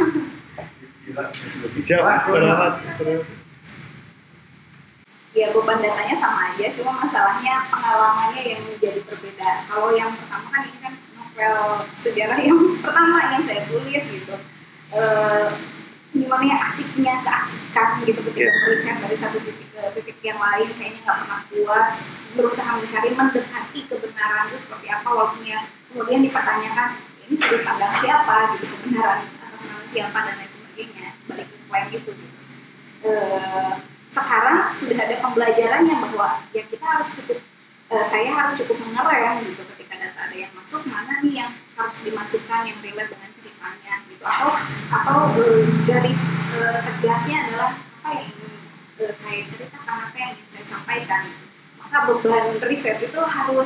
Siapa? Ya beban datanya sama aja, cuma masalahnya pengalamannya yang menjadi berbeda. Kalau yang pertama kan ini kan novel sejarah yang pertama yang saya tulis gitu. Gimana ya keasikan gitu ketika riset dari satu titik ke titik yang lain, kayaknya nggak pernah puas, berusaha mencari mendekati kebenaran itu seperti apa, walaupun yang kemudian dipertanyakan ini sudut pandang siapa gitu, kebenaran atas nama siapa dan lain sebagainya, balik ke klaim itu gitu. Sekarang sudah ada pembelajarannya bahwa ya kita harus cukup saya harus cukup mengerem gitu ketika data ada yang masuk, mana nih yang harus dimasukkan yang relate dengan ceritanya gitu, atau garis tegasnya adalah apa yang ingin saya ceritakan, apa yang ingin saya sampaikan. Maka beban riset itu harus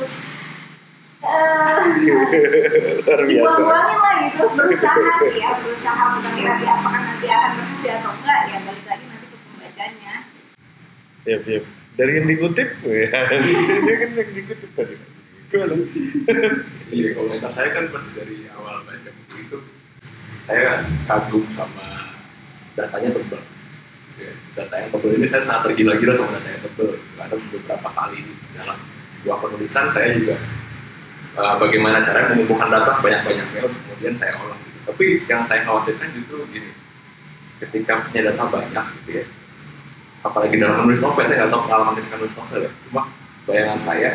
dibuang-buangin lah gitu, berusaha bukan berarti apakah nanti akan berhasil atau enggak, ya balik lagi nanti ke pembacanya. Iya. Dari yang dikutip, ya. Dia kan yang dikutip tadi. Gimana? Iya, komentar saya kan pas dari awal baca buku itu, saya kagum sama datanya tebal. Ya, data yang tebal ini saya sangat tergila-gila sama data yang tebal. Karena beberapa kali dalam dua penulisan saya juga bagaimana cara mengumpulkan data sebanyak-banyaknya, kemudian saya olah. Gitu. Tapi yang saya khawatirkan justru gini, ketika punya data banyak, gitu ya, apalagi dalam menulis novel, saya nggak tahu pengalaman ketika menulis novel ya, cuma bayangan saya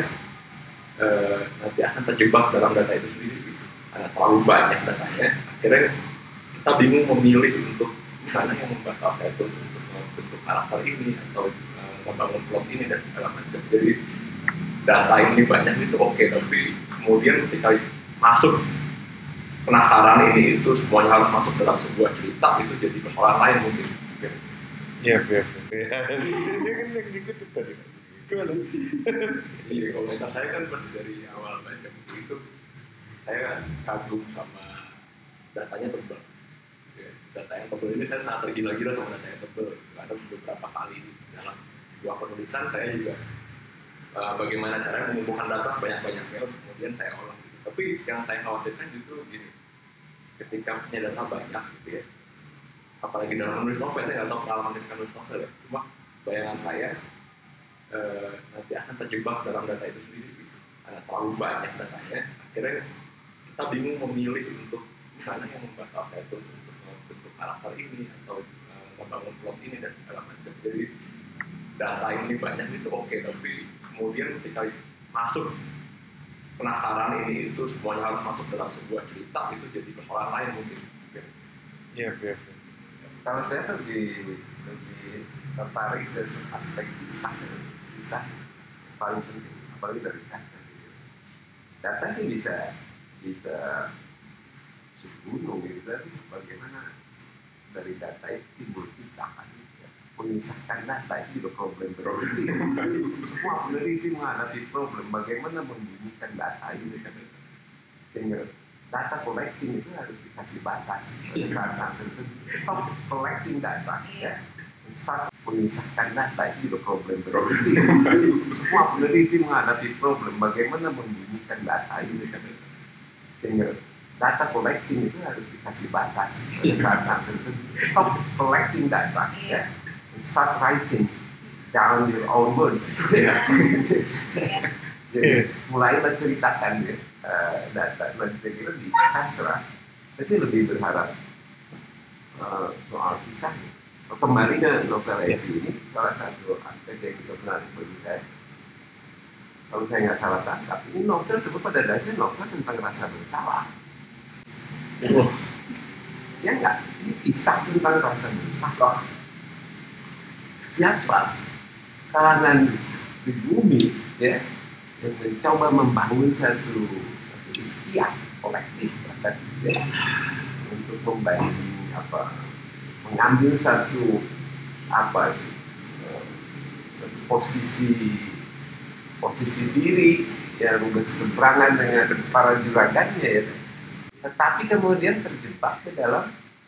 nanti akan terjebak dalam data itu sendiri gitu. Karena terlalu banyak datanya, akhirnya kita bingung memilih untuk misalnya yang membatal saya itu untuk membentuk karakter ini atau membangun plot ini dan segala macam. Jadi data ini banyak itu oke, tapi kemudian ketika masuk penasaran ini itu semuanya harus masuk dalam sebuah cerita, itu jadi persoalan lain mungkin. Iya. Dia kan yang dikutip tadi. Gimana? Iya, komentar saya kan pas dari awal baca buku itu, saya kagum sama datanya tebal. Ya, data yang tebal ini saya sangat tergila-gila sama data yang tebal. Karena beberapa kali dalam dua penulisan saya juga bagaimana cara mengumpulkan data sebanyak-banyaknya, kemudian saya olah. Gitu. Tapi yang saya khawatirkan justru gini, ketika punya data banyak, gitu ya, apalagi dalam menulis novel, saya nggak tahu pengalaman ketika menulis novel ya, cuma bayangan saya nanti akan terjebak dalam data itu sendiri gitu. Karena terlalu banyak datanya, akhirnya kita bingung memilih untuk misalnya yang membatal saya itu untuk membentuk karakter ini atau membangun plot ini dan segala macam. Jadi data ini banyak itu oke, tapi kemudian ketika masuk penasaran ini itu semuanya harus masuk dalam sebuah cerita, itu jadi persoalan lain mungkin. Iya. Kalau saya lebih tertarik dari aspek kisah paling penting, apalagi dari sastra. Data sih bisa segunung gitu, tapi bagaimana dari data itu timbul kisah kan? Mengisahkan data itu juga problem peneliti. Semua peneliti menghadapi problem bagaimana membunyikan data ini kan, sehingga data collecting itu harus dikasih batas pada saat tertentu. Stop collecting data, ya. Start mengisahkan data itu juga problem peneliti. Semua peneliti menghadapi problem bagaimana membunyikan data ini kan, sehingga data collecting itu harus dikasih batas pada saat tertentu. Stop collecting data, ya. Start writing. down your own words. Jadi mulailah ceritakan ya data. Nah, saya kira di sastra, saya sih lebih berharap soal kisahnya. Kembali ke novel Evi ini, salah satu aspek yang juga menarik bagi saya. Kalau saya nggak salah tangkap, ini novel sebut pada dasarnya novel tentang rasa bersalah. Ya nggak? Ini kisah tentang rasa bersalah. Siapa kalangan di bumi ya yang mencoba membangun satu ikhtiar kolektif bahkan ya, untuk mengambil satu posisi diri yang berseberangan dengan para juragannya ya. Tetapi kemudian terjebak ke dalam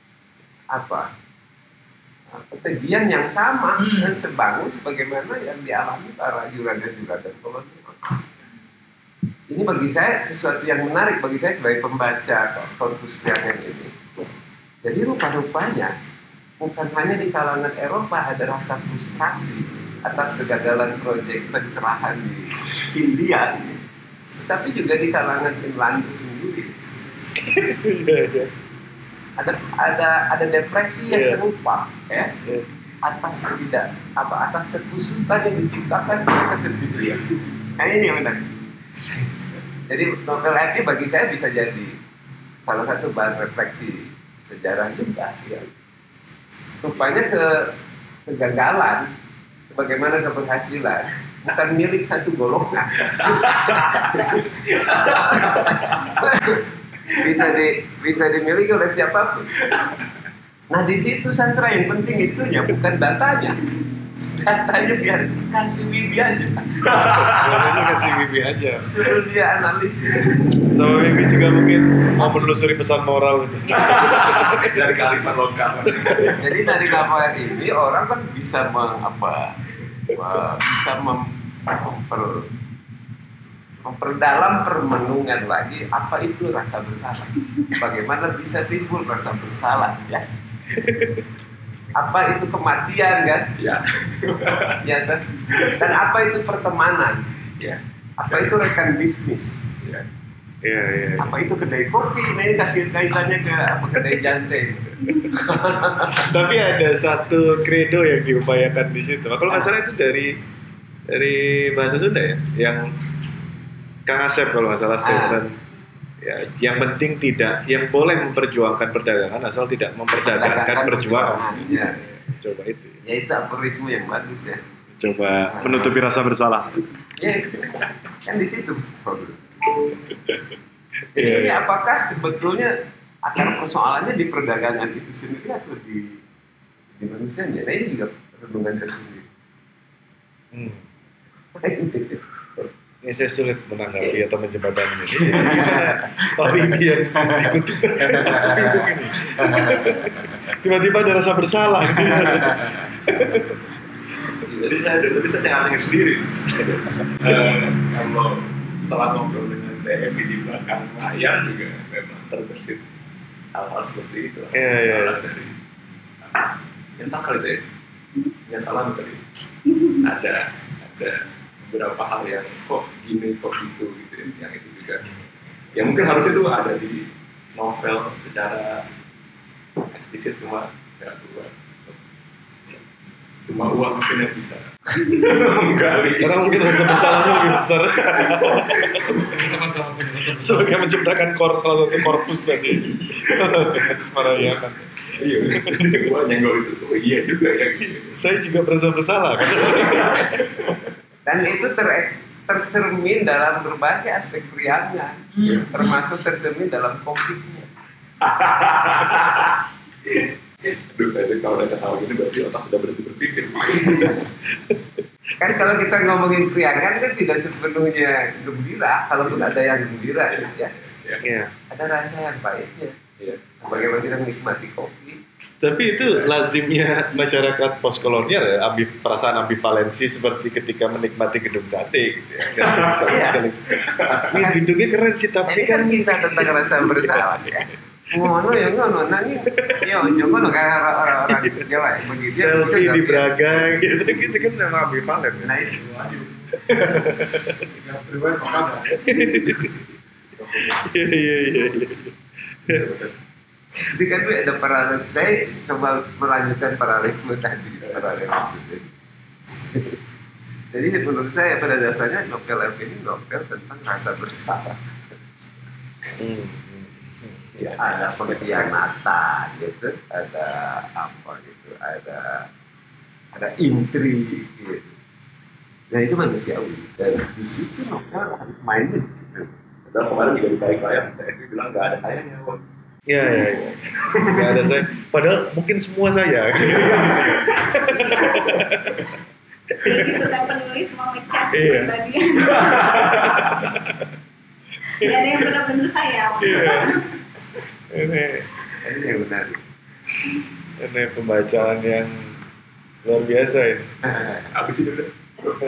kekejian yang sama dan sebangun sebagaimana yang dialami para juragan-juragan kolonial. Ini bagi saya sesuatu yang menarik bagi saya sebagai pembaca korpus Priangan ini. Jadi rupa-rupanya bukan hanya di kalangan Eropa ada rasa frustrasi atas kegagalan proyek pencerahan di Hindia ini, tapi juga di kalangan Finlandia sendiri. Ada depresi yang serupa ya atas kekusutan yang diciptakan oleh kesendirian. Nah ini yang menarik. Jadi novel ini bagi saya bisa jadi salah satu bahan refleksi sejarah juga ya. Rupanya kegagalan sebagaimana keberhasilan bukan milik satu golongan. bisa dimiliki oleh siapapun. Nah di situ sastra yang penting itunya bukan datanya. Datanya biar kasih Wibi aja. Kasih Wibi aja. Suruh dia analisis. Sama Wibi juga mungkin mau menelusuri pesan moral itu. Dari kearifan lokal. Jadi dari novel ini orang kan bisa memperdalam permenungan lagi apa itu rasa bersalah. Bagaimana bisa timbul rasa bersalah ya? Apa itu kematian kan? Ya. Ya kan? Dan apa itu pertemanan? Ya. Apa itu rekan bisnis? Ya. Ya. Apa itu kedai kopi? Nah ini kasih kaitannya ke kedai jantai. Tapi ada satu kredo yang diupayakan di situ. Kalau nggak salah itu dari bahasa Sunda ya, yang Kang Asep kalau nggak salah statement. Ya, yang penting yang boleh memperjuangkan perdagangan asal tidak memperdagangkan perjuangan. Ya. Coba itu. Ya itu aforisme yang bagus ya. Coba menutupi rasa bersalah. Ya itu. Kan di situ problem. Jadi ini apakah sebetulnya akar persoalannya di perdagangan itu sendiri atau di manusianya? Nah ini juga renungan tersendiri. Ini saya sulit menanggapi atau menjembatani ini. Pak Bibi yang dikutip bingung ini. Tiba-tiba ada rasa bersalah. Jadi saya cengarangin sendiri. Kalau setelah ngobrol dengan TFI di belakang layar juga memang terbesit hal-hal seperti itu. Iya. Dari yang salah kali ya. Yang salah tadi. Ada beberapa hal yang kok gini, kok gitu yang itu juga ya mungkin harusnya itu ada di novel secara eksplisit cuma nggak keluar, cuma uang mungkin yang bisa menggali karena mungkin rasa bersalahnya lebih besar sebagai menciptakan salah satu korpus tadi semarayakan. Iya, gua nyenggol itu tuh iya juga ya gitu. Saya juga merasa bersalah kan? Dan itu tercermin dalam berbagai aspek Priangan, termasuk tercermin dalam konfliknya. Aduh, kalau udah ketawa gini berarti otak sudah berhenti berpikir. Kan kalau kita ngomongin Priangan kan tidak sepenuhnya gembira, kalaupun ada yang gembira ya. Ada rasa yang pahitnya. Bagaimana kita menikmati kopi. Tapi itu lazimnya masyarakat postkolonial ya, perasaan ambivalensi seperti ketika menikmati gedung sate gitu ya. Ini gedungnya keren sih, tapi ini kan kisah tentang rasa bersalah ya. Ngono ya ngono nangin. Yo coba kayak orang-orang Jawa begitu. Selfie di Braga gitu kan memang ambivalen. Nah itu. Yang pribadi makanya. Iya. Jadi kan ada paralel. Saya coba melanjutkan paralelisme tadi. Jadi menurut saya pada dasarnya novel ini novel tentang rasa bersalah. Ya, ada pengkhianatan gitu, ada apa gitu, ada intrik gitu. Nah itu manusiawi dan di situ novel harus mainin di situ. Padahal kemarin juga di balik layar, TFI bilang nggak ada sayanya. Iya. Nggak ada saya. Padahal mungkin semua saya. Begitu kan penulis mau ngechat pribadian. Gak ada yang benar-benar saya. Ini yang benar. Ini pembacaan yang luar biasa ini. Habis itu udah.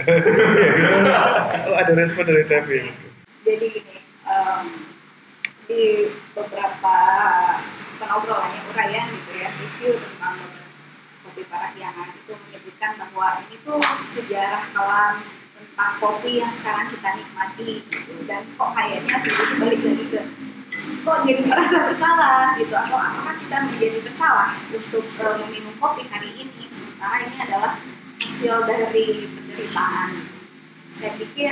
Ada respon dari TV. Jadi gini, di beberapa penobrolan yang uraian gitu ya, review tentang kopi Parahyangan itu menyebutkan bahwa ini tuh sejarah kelam tentang kopi yang sekarang kita nikmati gitu. Dan kok kayaknya itu balik lagi ke kok jadi merasa bersalah gitu, atau apakah kita menjadi bersalah untuk meminum kopi hari ini sementara ini adalah hasil dari penderitaan. Saya pikir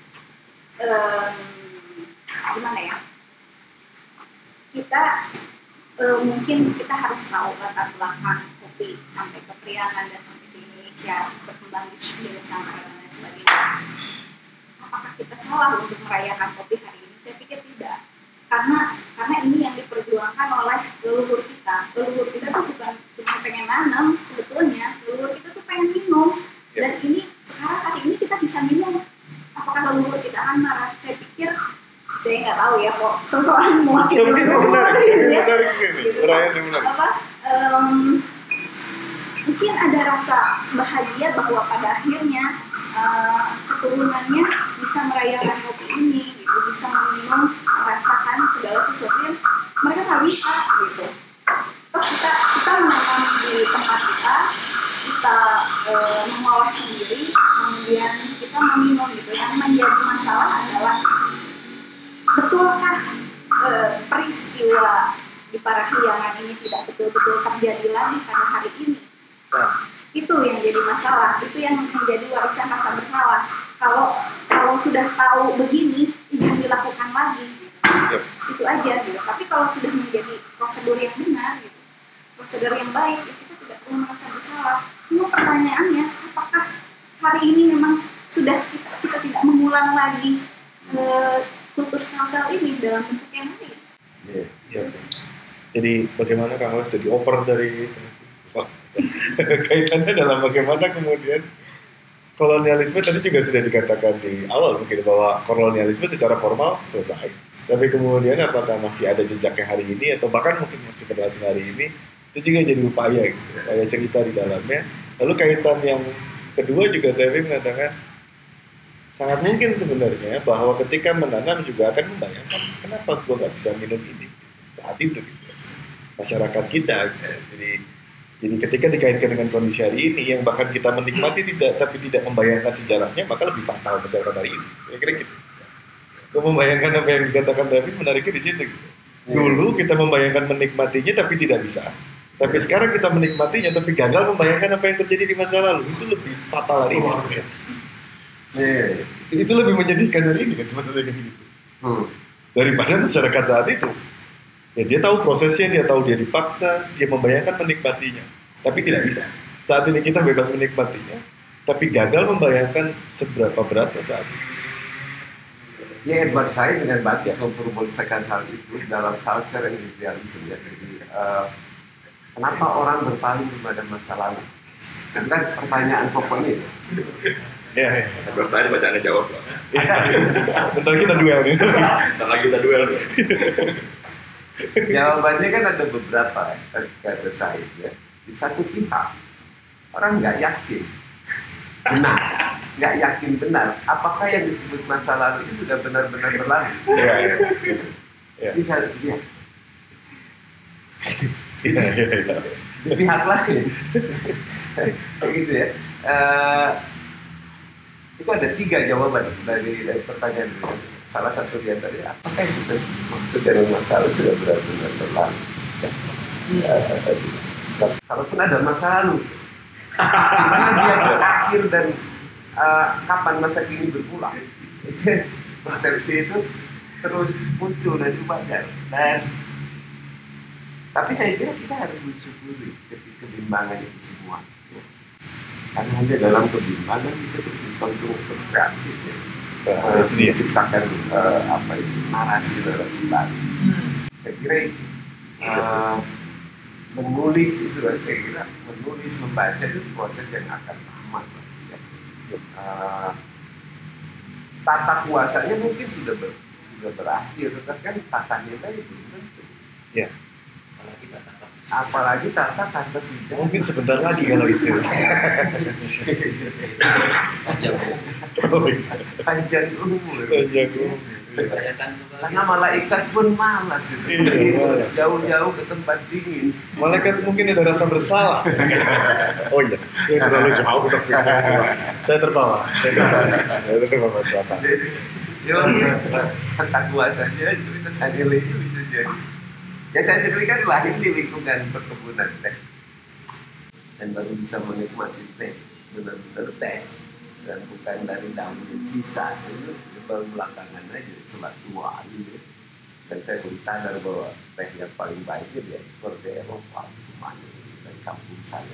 gimana ya, kita mungkin kita harus tahu latar belakang kopi sampai ke Priangan dan sampai ke Indonesia berkembang di Nusantara dan lain sebagainya. Apakah kita salah untuk merayakan kopi hari ini? Saya pikir tidak, karena ini yang diperjuangkan oleh leluhur kita. Leluhur kita tuh bukan cuma pengen nanam sebetulnya, leluhur kita tuh pengen minum. Dan ini sekarang hari ini kita bisa minum. Apakah leluhur kita akan marah? Saya pikir, saya nggak tahu ya kok sesuatu mewakili leluhur gitu. Mungkin ada rasa bahagia bahwa pada akhirnya keturunannya bisa merayakan kopi ini gitu, bisa meminum, merasakan segala sesuatu yang mereka nggak bisa gitu. Kita menanam di tempat kita mengolah sendiri, kemudian kita meminum gitu. Yang menjadi masalah adalah betulkah peristiwa di Parahyangan ini tidak betul-betul terjadi lagi pada hari ini? Itu yang jadi masalah, itu yang menjadi warisan rasa bersalah. Kalau sudah tahu begini, jangan dilakukan lagi. Gitu. Itu aja gitu. Tapi kalau sudah menjadi prosedur yang benar, gitu, prosedur yang baik, kita tidak perlu merasa bersalah. Cuma pertanyaannya, apakah hari ini memang sudah kita tidak mengulang lagi kultur sel ini dalam bentuk yang lain? Iya. Jadi bagaimana kalau sudah dioper dari kaitannya dalam bagaimana kemudian kolonialisme tadi juga sudah dikatakan di awal mungkin bahwa kolonialisme secara formal selesai, tapi kemudian apakah masih ada jejaknya hari ini atau bahkan mungkin masih berlangsung hari ini, itu juga jadi upaya cerita di dalamnya. Lalu kaitan yang kedua juga TV mengatakan sangat mungkin sebenarnya bahwa ketika menanam juga akan membayangkan kenapa gua nggak bisa minum ini saat itu gitu. Masyarakat kita jadi ketika dikaitkan dengan kondisi hari ini yang bahkan kita menikmati tapi tidak membayangkan sejarahnya, maka lebih fatal masyarakat hari ini. Kira-kira gitu. Gue membayangkan apa yang dikatakan David menariknya di situ. Gitu. Dulu kita membayangkan menikmatinya tapi tidak bisa. Tapi sekarang kita menikmatinya tapi gagal membayangkan apa yang terjadi di masa lalu. Itu lebih fatal hari ini. Itu lebih menyedihkan hari ini kan sebenarnya gitu. Daripada masyarakat saat itu. Ya, dia tahu prosesnya, dia tahu dia dipaksa, dia membayangkan menikmatinya, tapi tidak bisa. Saat ini kita bebas menikmatinya, tapi gagal membayangkan seberapa beratnya saat itu. Ya, Edward Said dengan bagus memperbolehkan hal itu dalam culture and idealism ya. Jadi kenapa orang berpaling kepada masa lalu? Itu kan pertanyaan pokoknya itu. Ya. Edward Said bacaannya jawab loh. Bentar kita duel nih. Bentar lagi kita duel. Jawabannya kan ada beberapa kata saya ya. Di satu pihak orang nggak yakin benar apakah yang disebut masa lalu itu sudah benar-benar berlalu. Ya. Di satu pihak Di pihak lain. Kayak gitu ya. Itu ada 3 jawaban dari pertanyaan itu. Salah satu di antaranya, apakah yang kita maksud dengan masa lalu sudah benar-benar berlalu? Kalaupun ada masa lalu, gimana dia berakhir dan kapan masa kini berpulang? Itu persepsi itu terus muncul dan dibaca. Tapi saya kira kita harus mensyukuri kebimbangan itu semua. Ya. Karena hanya dalam kebimbangan kita terus dituntut berkreatif, ya. Menciptakan narasi baru. Saya kira menulis itu, saya kira menulis, membaca itu proses yang akan lama. Ya. Tata kuasanya mungkin sudah berakhir, tetapi kan tata nilai belum tentu. Ya. Apalagi tata kata sudah. Mungkin sebentar lagi kalau itu. Panjang umur. Karena malaikat pun malas itu. Jauh-jauh ke tempat dingin. Malaikat mungkin ada rasa bersalah. Oh iya, ini terlalu jauh untuk saya terbawa suasana. Tata kuasanya itu nilainya bisa jadi. Ya saya sendiri kan lahir di lingkungan perkebunan teh dan baru bisa menikmati teh, benar-benar teh, dan bukan dari daun yang sisa. Itu baru belakangan aja setelah 2 gitu. Dan saya baru sadar bahwa teh yang paling baiknya diekspor ke Eropa, kemana dan kampung saya.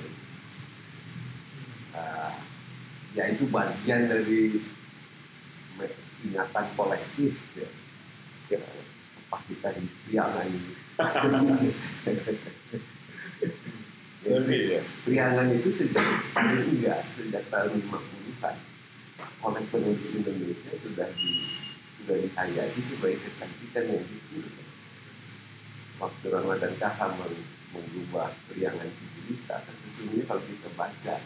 Ya itu bagian dari ingatan kolektif ya. Apa kita di Priangan ini. Priangan itu sejak tahun 50-an oleh penulis Indonesia sudah dihayati sebagai kecantikan yang dipilih. Waktu Ramadan Kaham mengubah Priangan Sigilita, dan sesungguhnya kalau kita baca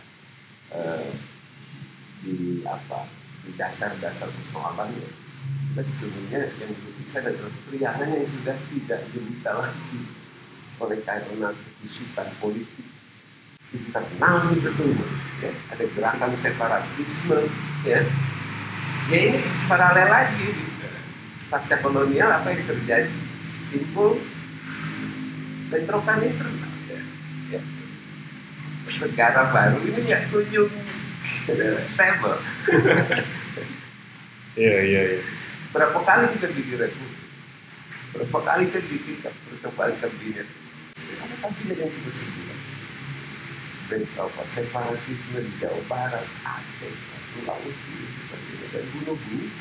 di dasar-dasar persoalannya, kita sesungguhnya yang dilukiskan adalah Priangan yang sudah tidak jelita lagi oleh karena kekusutan politik internal sebetulnya. Ya, ada gerakan separatisme, ya ini paralel lagi pasca kolonial. Apa yang terjadi? Timbul bentrokan internal. Ya. Negara baru ini ya kunjung stable. Iya. Berapa kali kita bikin republik? Berapa kali kita bikin percobaan kabinet? Ada kabinet yang sudah sebulan. Dan separatisme di Jawa Barat, Aceh, Sulawesi, sebagainya, dan bunuh-bunuh.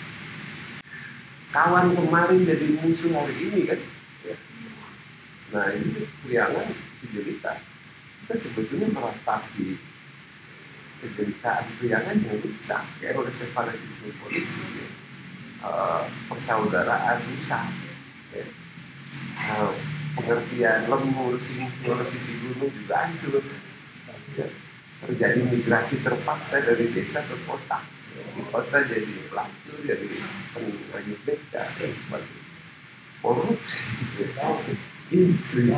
Kawan kemarin jadi musuh hari ini kan? Ya. Nah ini Priangan Sigilita. Kita sebetulnya meratapi kederitaan Priangan yang rusak ya oleh separatisme politik. Ya. Persaudaraan rusak, ya. Pengertian lembur, singkul, sisi gunung juga hancur, ya. Terjadi migrasi terpaksa dari desa ke kota, ya. Di kota jadi pelacur, jadi pengayuh beca dan sebagainya, korupsi, ya. Intrik.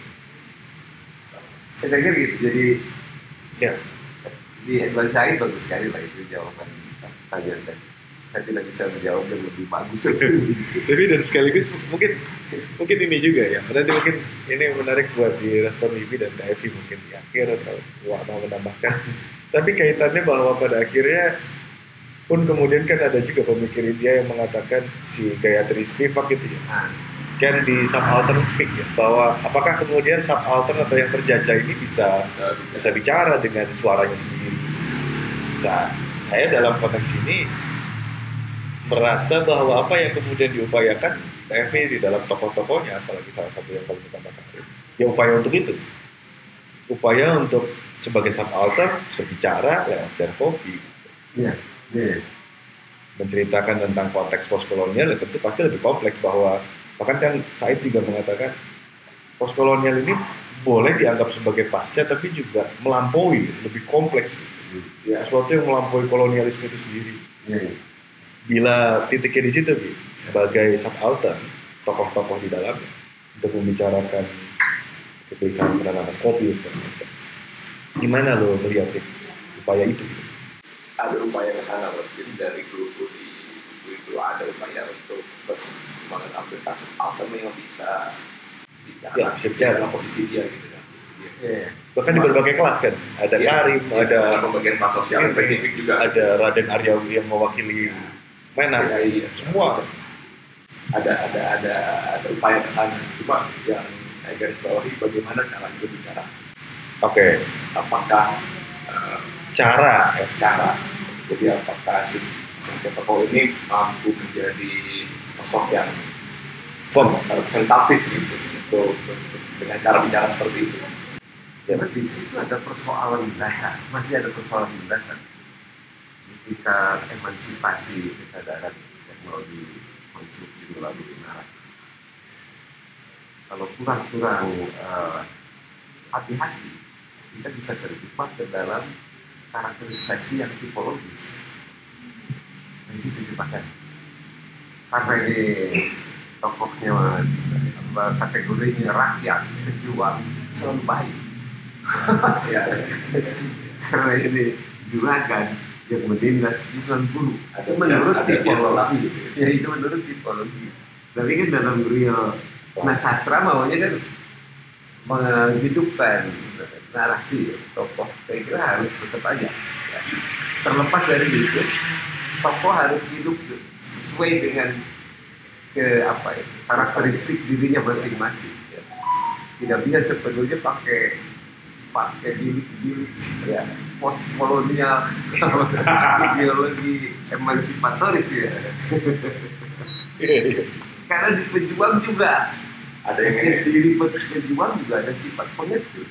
Saya kira gitu. Jadi ya di Edward Said bagus sekali lah itu jawaban pertanyaan tadi. Saya tidak bisa menjawab yang lebih bagus. Tapi dan sekaligus mungkin ini juga ya. Nanti mungkin ini menarik buat direspon Ibi dan Kak Evi mungkin di akhir atau mau menambahkan. Tapi kaitannya bahwa pada akhirnya pun kemudian kan ada juga pemikir India yang mengatakan si Gayatri Spivak gitu ya. Kan di subaltern speak ya, bahwa apakah kemudian subaltern atau yang terjajah ini bisa bicara dengan suaranya sendiri. Saya dalam konteks ini merasa bahwa apa yang kemudian diupayakan TFV di dalam tokoh-tokohnya, apalagi salah satu yang paling utama ya upaya untuk itu, upaya untuk sebagai subaltern berbicara lewat jar kopi, menceritakan tentang konteks postkolonial, tentu pasti lebih kompleks. Bahwa bahkan kan Said juga mengatakan postkolonial ini boleh dianggap sebagai pasca, tapi juga melampaui, lebih kompleks, sesuatu yang melampaui kolonialisme itu sendiri. Bila titiknya di situ, sebagai subaltern, tokoh-tokoh di dalamnya untuk membicarakan kegelisahan penanaman kopi segala macam. Gimana lo melihat upaya itu? Ada upaya ke sana, jadi dari guru itu ada upaya untuk mengambil kasus alter yang bisa bicara dalam posisi dia gitu kan. Bahkan di berbagai kelas kan, ada Karim, ada pembagian kelas sosial spesifik juga, ada Raden Aryawi yang mewakili Menak, semua ada upaya ke sana. Cuma yang saya garis bawahi bagaimana cara itu bicara. Oke. Apakah cara. Jadi apakah si tokoh ini mampu menjadi sosok yang representatif gitu dengan cara bicara seperti itu. Karena di situ ada persoalan mendasar, masih ada persoalan mendasar. Ketika emansipasi kesadaran teknologi konstruksi melalui narasi, kalau kurang hati-hati, kita bisa terjebak ke dalam karakterisasi yang tipologis. Di situ jebakan. Karena ini tokohnya kategorinya rakyat, pejuang, selalu baik. Karena ini juragan yang menindas Islam guru. Itu menurut tipologi. Ya itu menurut tipologi. Tapi kan dalam real sastra maunya kan menghidupkan narasi tokoh. Saya kira harus tetap aja. Ya. Terlepas dari itu, tokoh harus hidup sesuai dengan karakteristik dirinya masing-masing. Ya. Tidak bisa sepenuhnya pakai bilik-bilik ya post kolonial ideologi emansipatoris ya. Karena di pejuang juga ada yang diri pejuang juga ada sifat pengecut.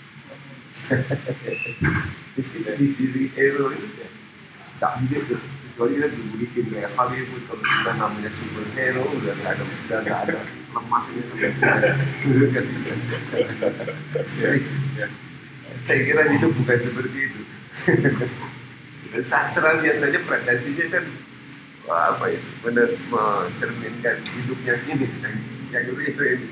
Di diri hero itu tak bisa kecuali kita dibudikin kayak Hollywood. Kalau kita namanya superhero udah nggak ada lemahnya sampai sekarang nggak bisa. Saya kira hidup bukan seperti itu. Sastra biasanya pretensinya kan benar mencerminkan hidupnya ini yang real ini.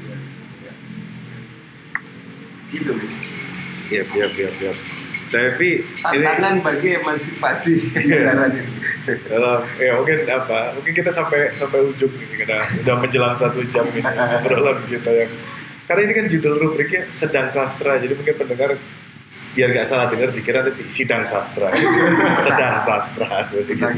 Gitu. Iya. Tapi tantangan bagi emansipasi kesadaran ini. Mungkin kita sampai ujung ini karena udah menjelang 1 jam ini obrolan kita yang karena ini kan judul rubriknya sedang sastra, jadi mungkin pendengar biar nggak salah dengar dikira nanti sidang sastra, sedang sastra.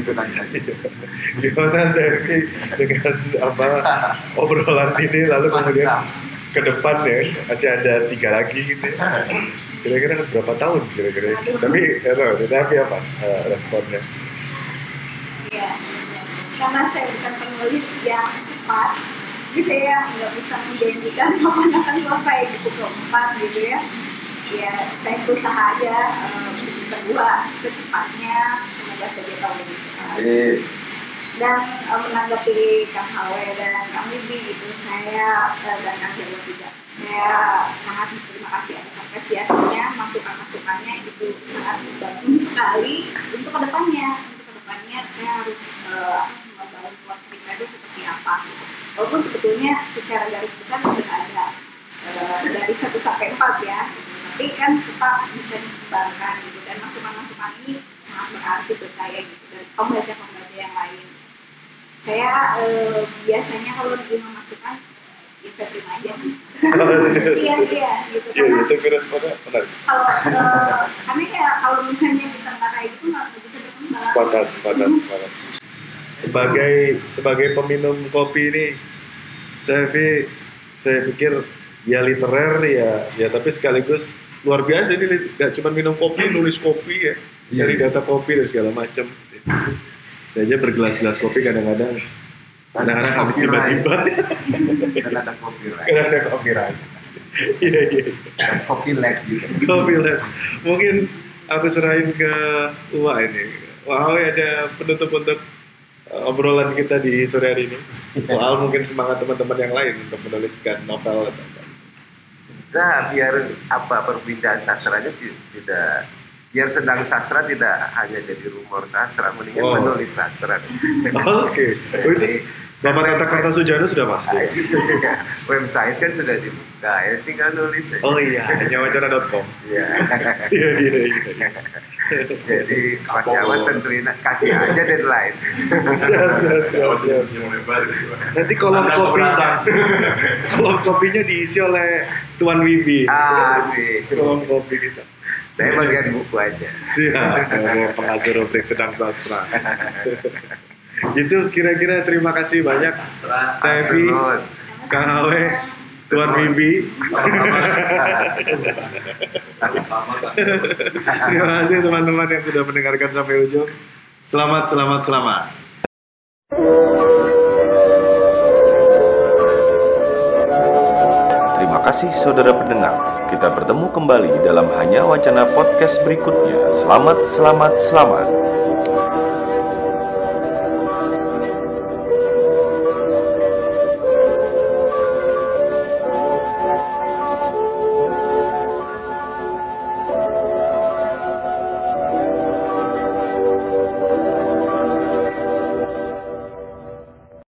Gimana Devi dengan obrolan ini lalu kemudian ke depan ya masih ada 3 lagi gitu. Kira-kira berapa tahun kira-kira? Tapi tapi apa responnya? Ya, karena saya bukan penulis yang cepat, jadi saya nggak bisa menjanjikan kapan akan selesai buku keempat gitu ya. Ya, saya berusaha aja berdua secepatnya, semoga saja tahun ini. Dan menanggapi Kang Halwe dan Kang Wibi gitu, saya dan Kang Jawa juga, saya sangat berterima kasih atas apresiasinya, masukan-masukannya itu sangat membantu sekali untuk kedepannya. Saya harus membangun plot cerita itu seperti apa. Walaupun sebetulnya secara garis besar sudah ada dari 1 sampai 4 ya. Tapi kan tetap bisa dikembangkan gitu, dan masukan-masukan ini sangat berarti buat saya gitu, dan pembaca-pembaca yang lain. Saya biasanya kalau menerima masukan ya saya terima aja sih. Iya gitu. Kalau karena ya kalau misalnya kita nggak kayak gitu nggak bisa berkembang. Sepakat. Sebagai peminum kopi ini, saya pikir ya literer ya tapi sekaligus luar biasa ini nggak cuma minum kopi, nulis kopi ya, cari data kopi dan segala macam. Saya aja bergelas-gelas kopi kadang-kadang habis tiba-tiba. Karena ada copyright. Iya. Kopi lab gitu. Kopi lab. Mungkin aku serahin ke Uwa ini. Wow, ada penutup untuk obrolan kita di sore hari ini. Soal mungkin semangat teman-teman yang lain untuk menuliskan novel atau apa. Nah, biar perbincangan sastranya tidak, biar sedang sastra tidak hanya jadi rumor sastra, mendingan menulis sastra. Oke. Bapak Tata Kartasujana sudah pasti. Website kan sudah dibuka, ya tinggal nulis aja. Oh iya, hanyawacana.com. Iya. Iya. Jadi Mas Nyaman tentuin kasih aja deadline. Siap. Nanti kolom kopinya diisi oleh Tuan Wibi. Sih. Kolom kopi kita. Saya bagian buku aja. Siap. Pengasuh rubrik Sedang Sastra. Itu kira-kira terima kasih banyak Tevi, Kang Awe, Tuan Wibi. Terima kasih teman-teman yang sudah mendengarkan sampai ujung. Selamat. Terima kasih saudara pendengar. Kita bertemu kembali dalam Hanya Wacana Podcast berikutnya. Selamat.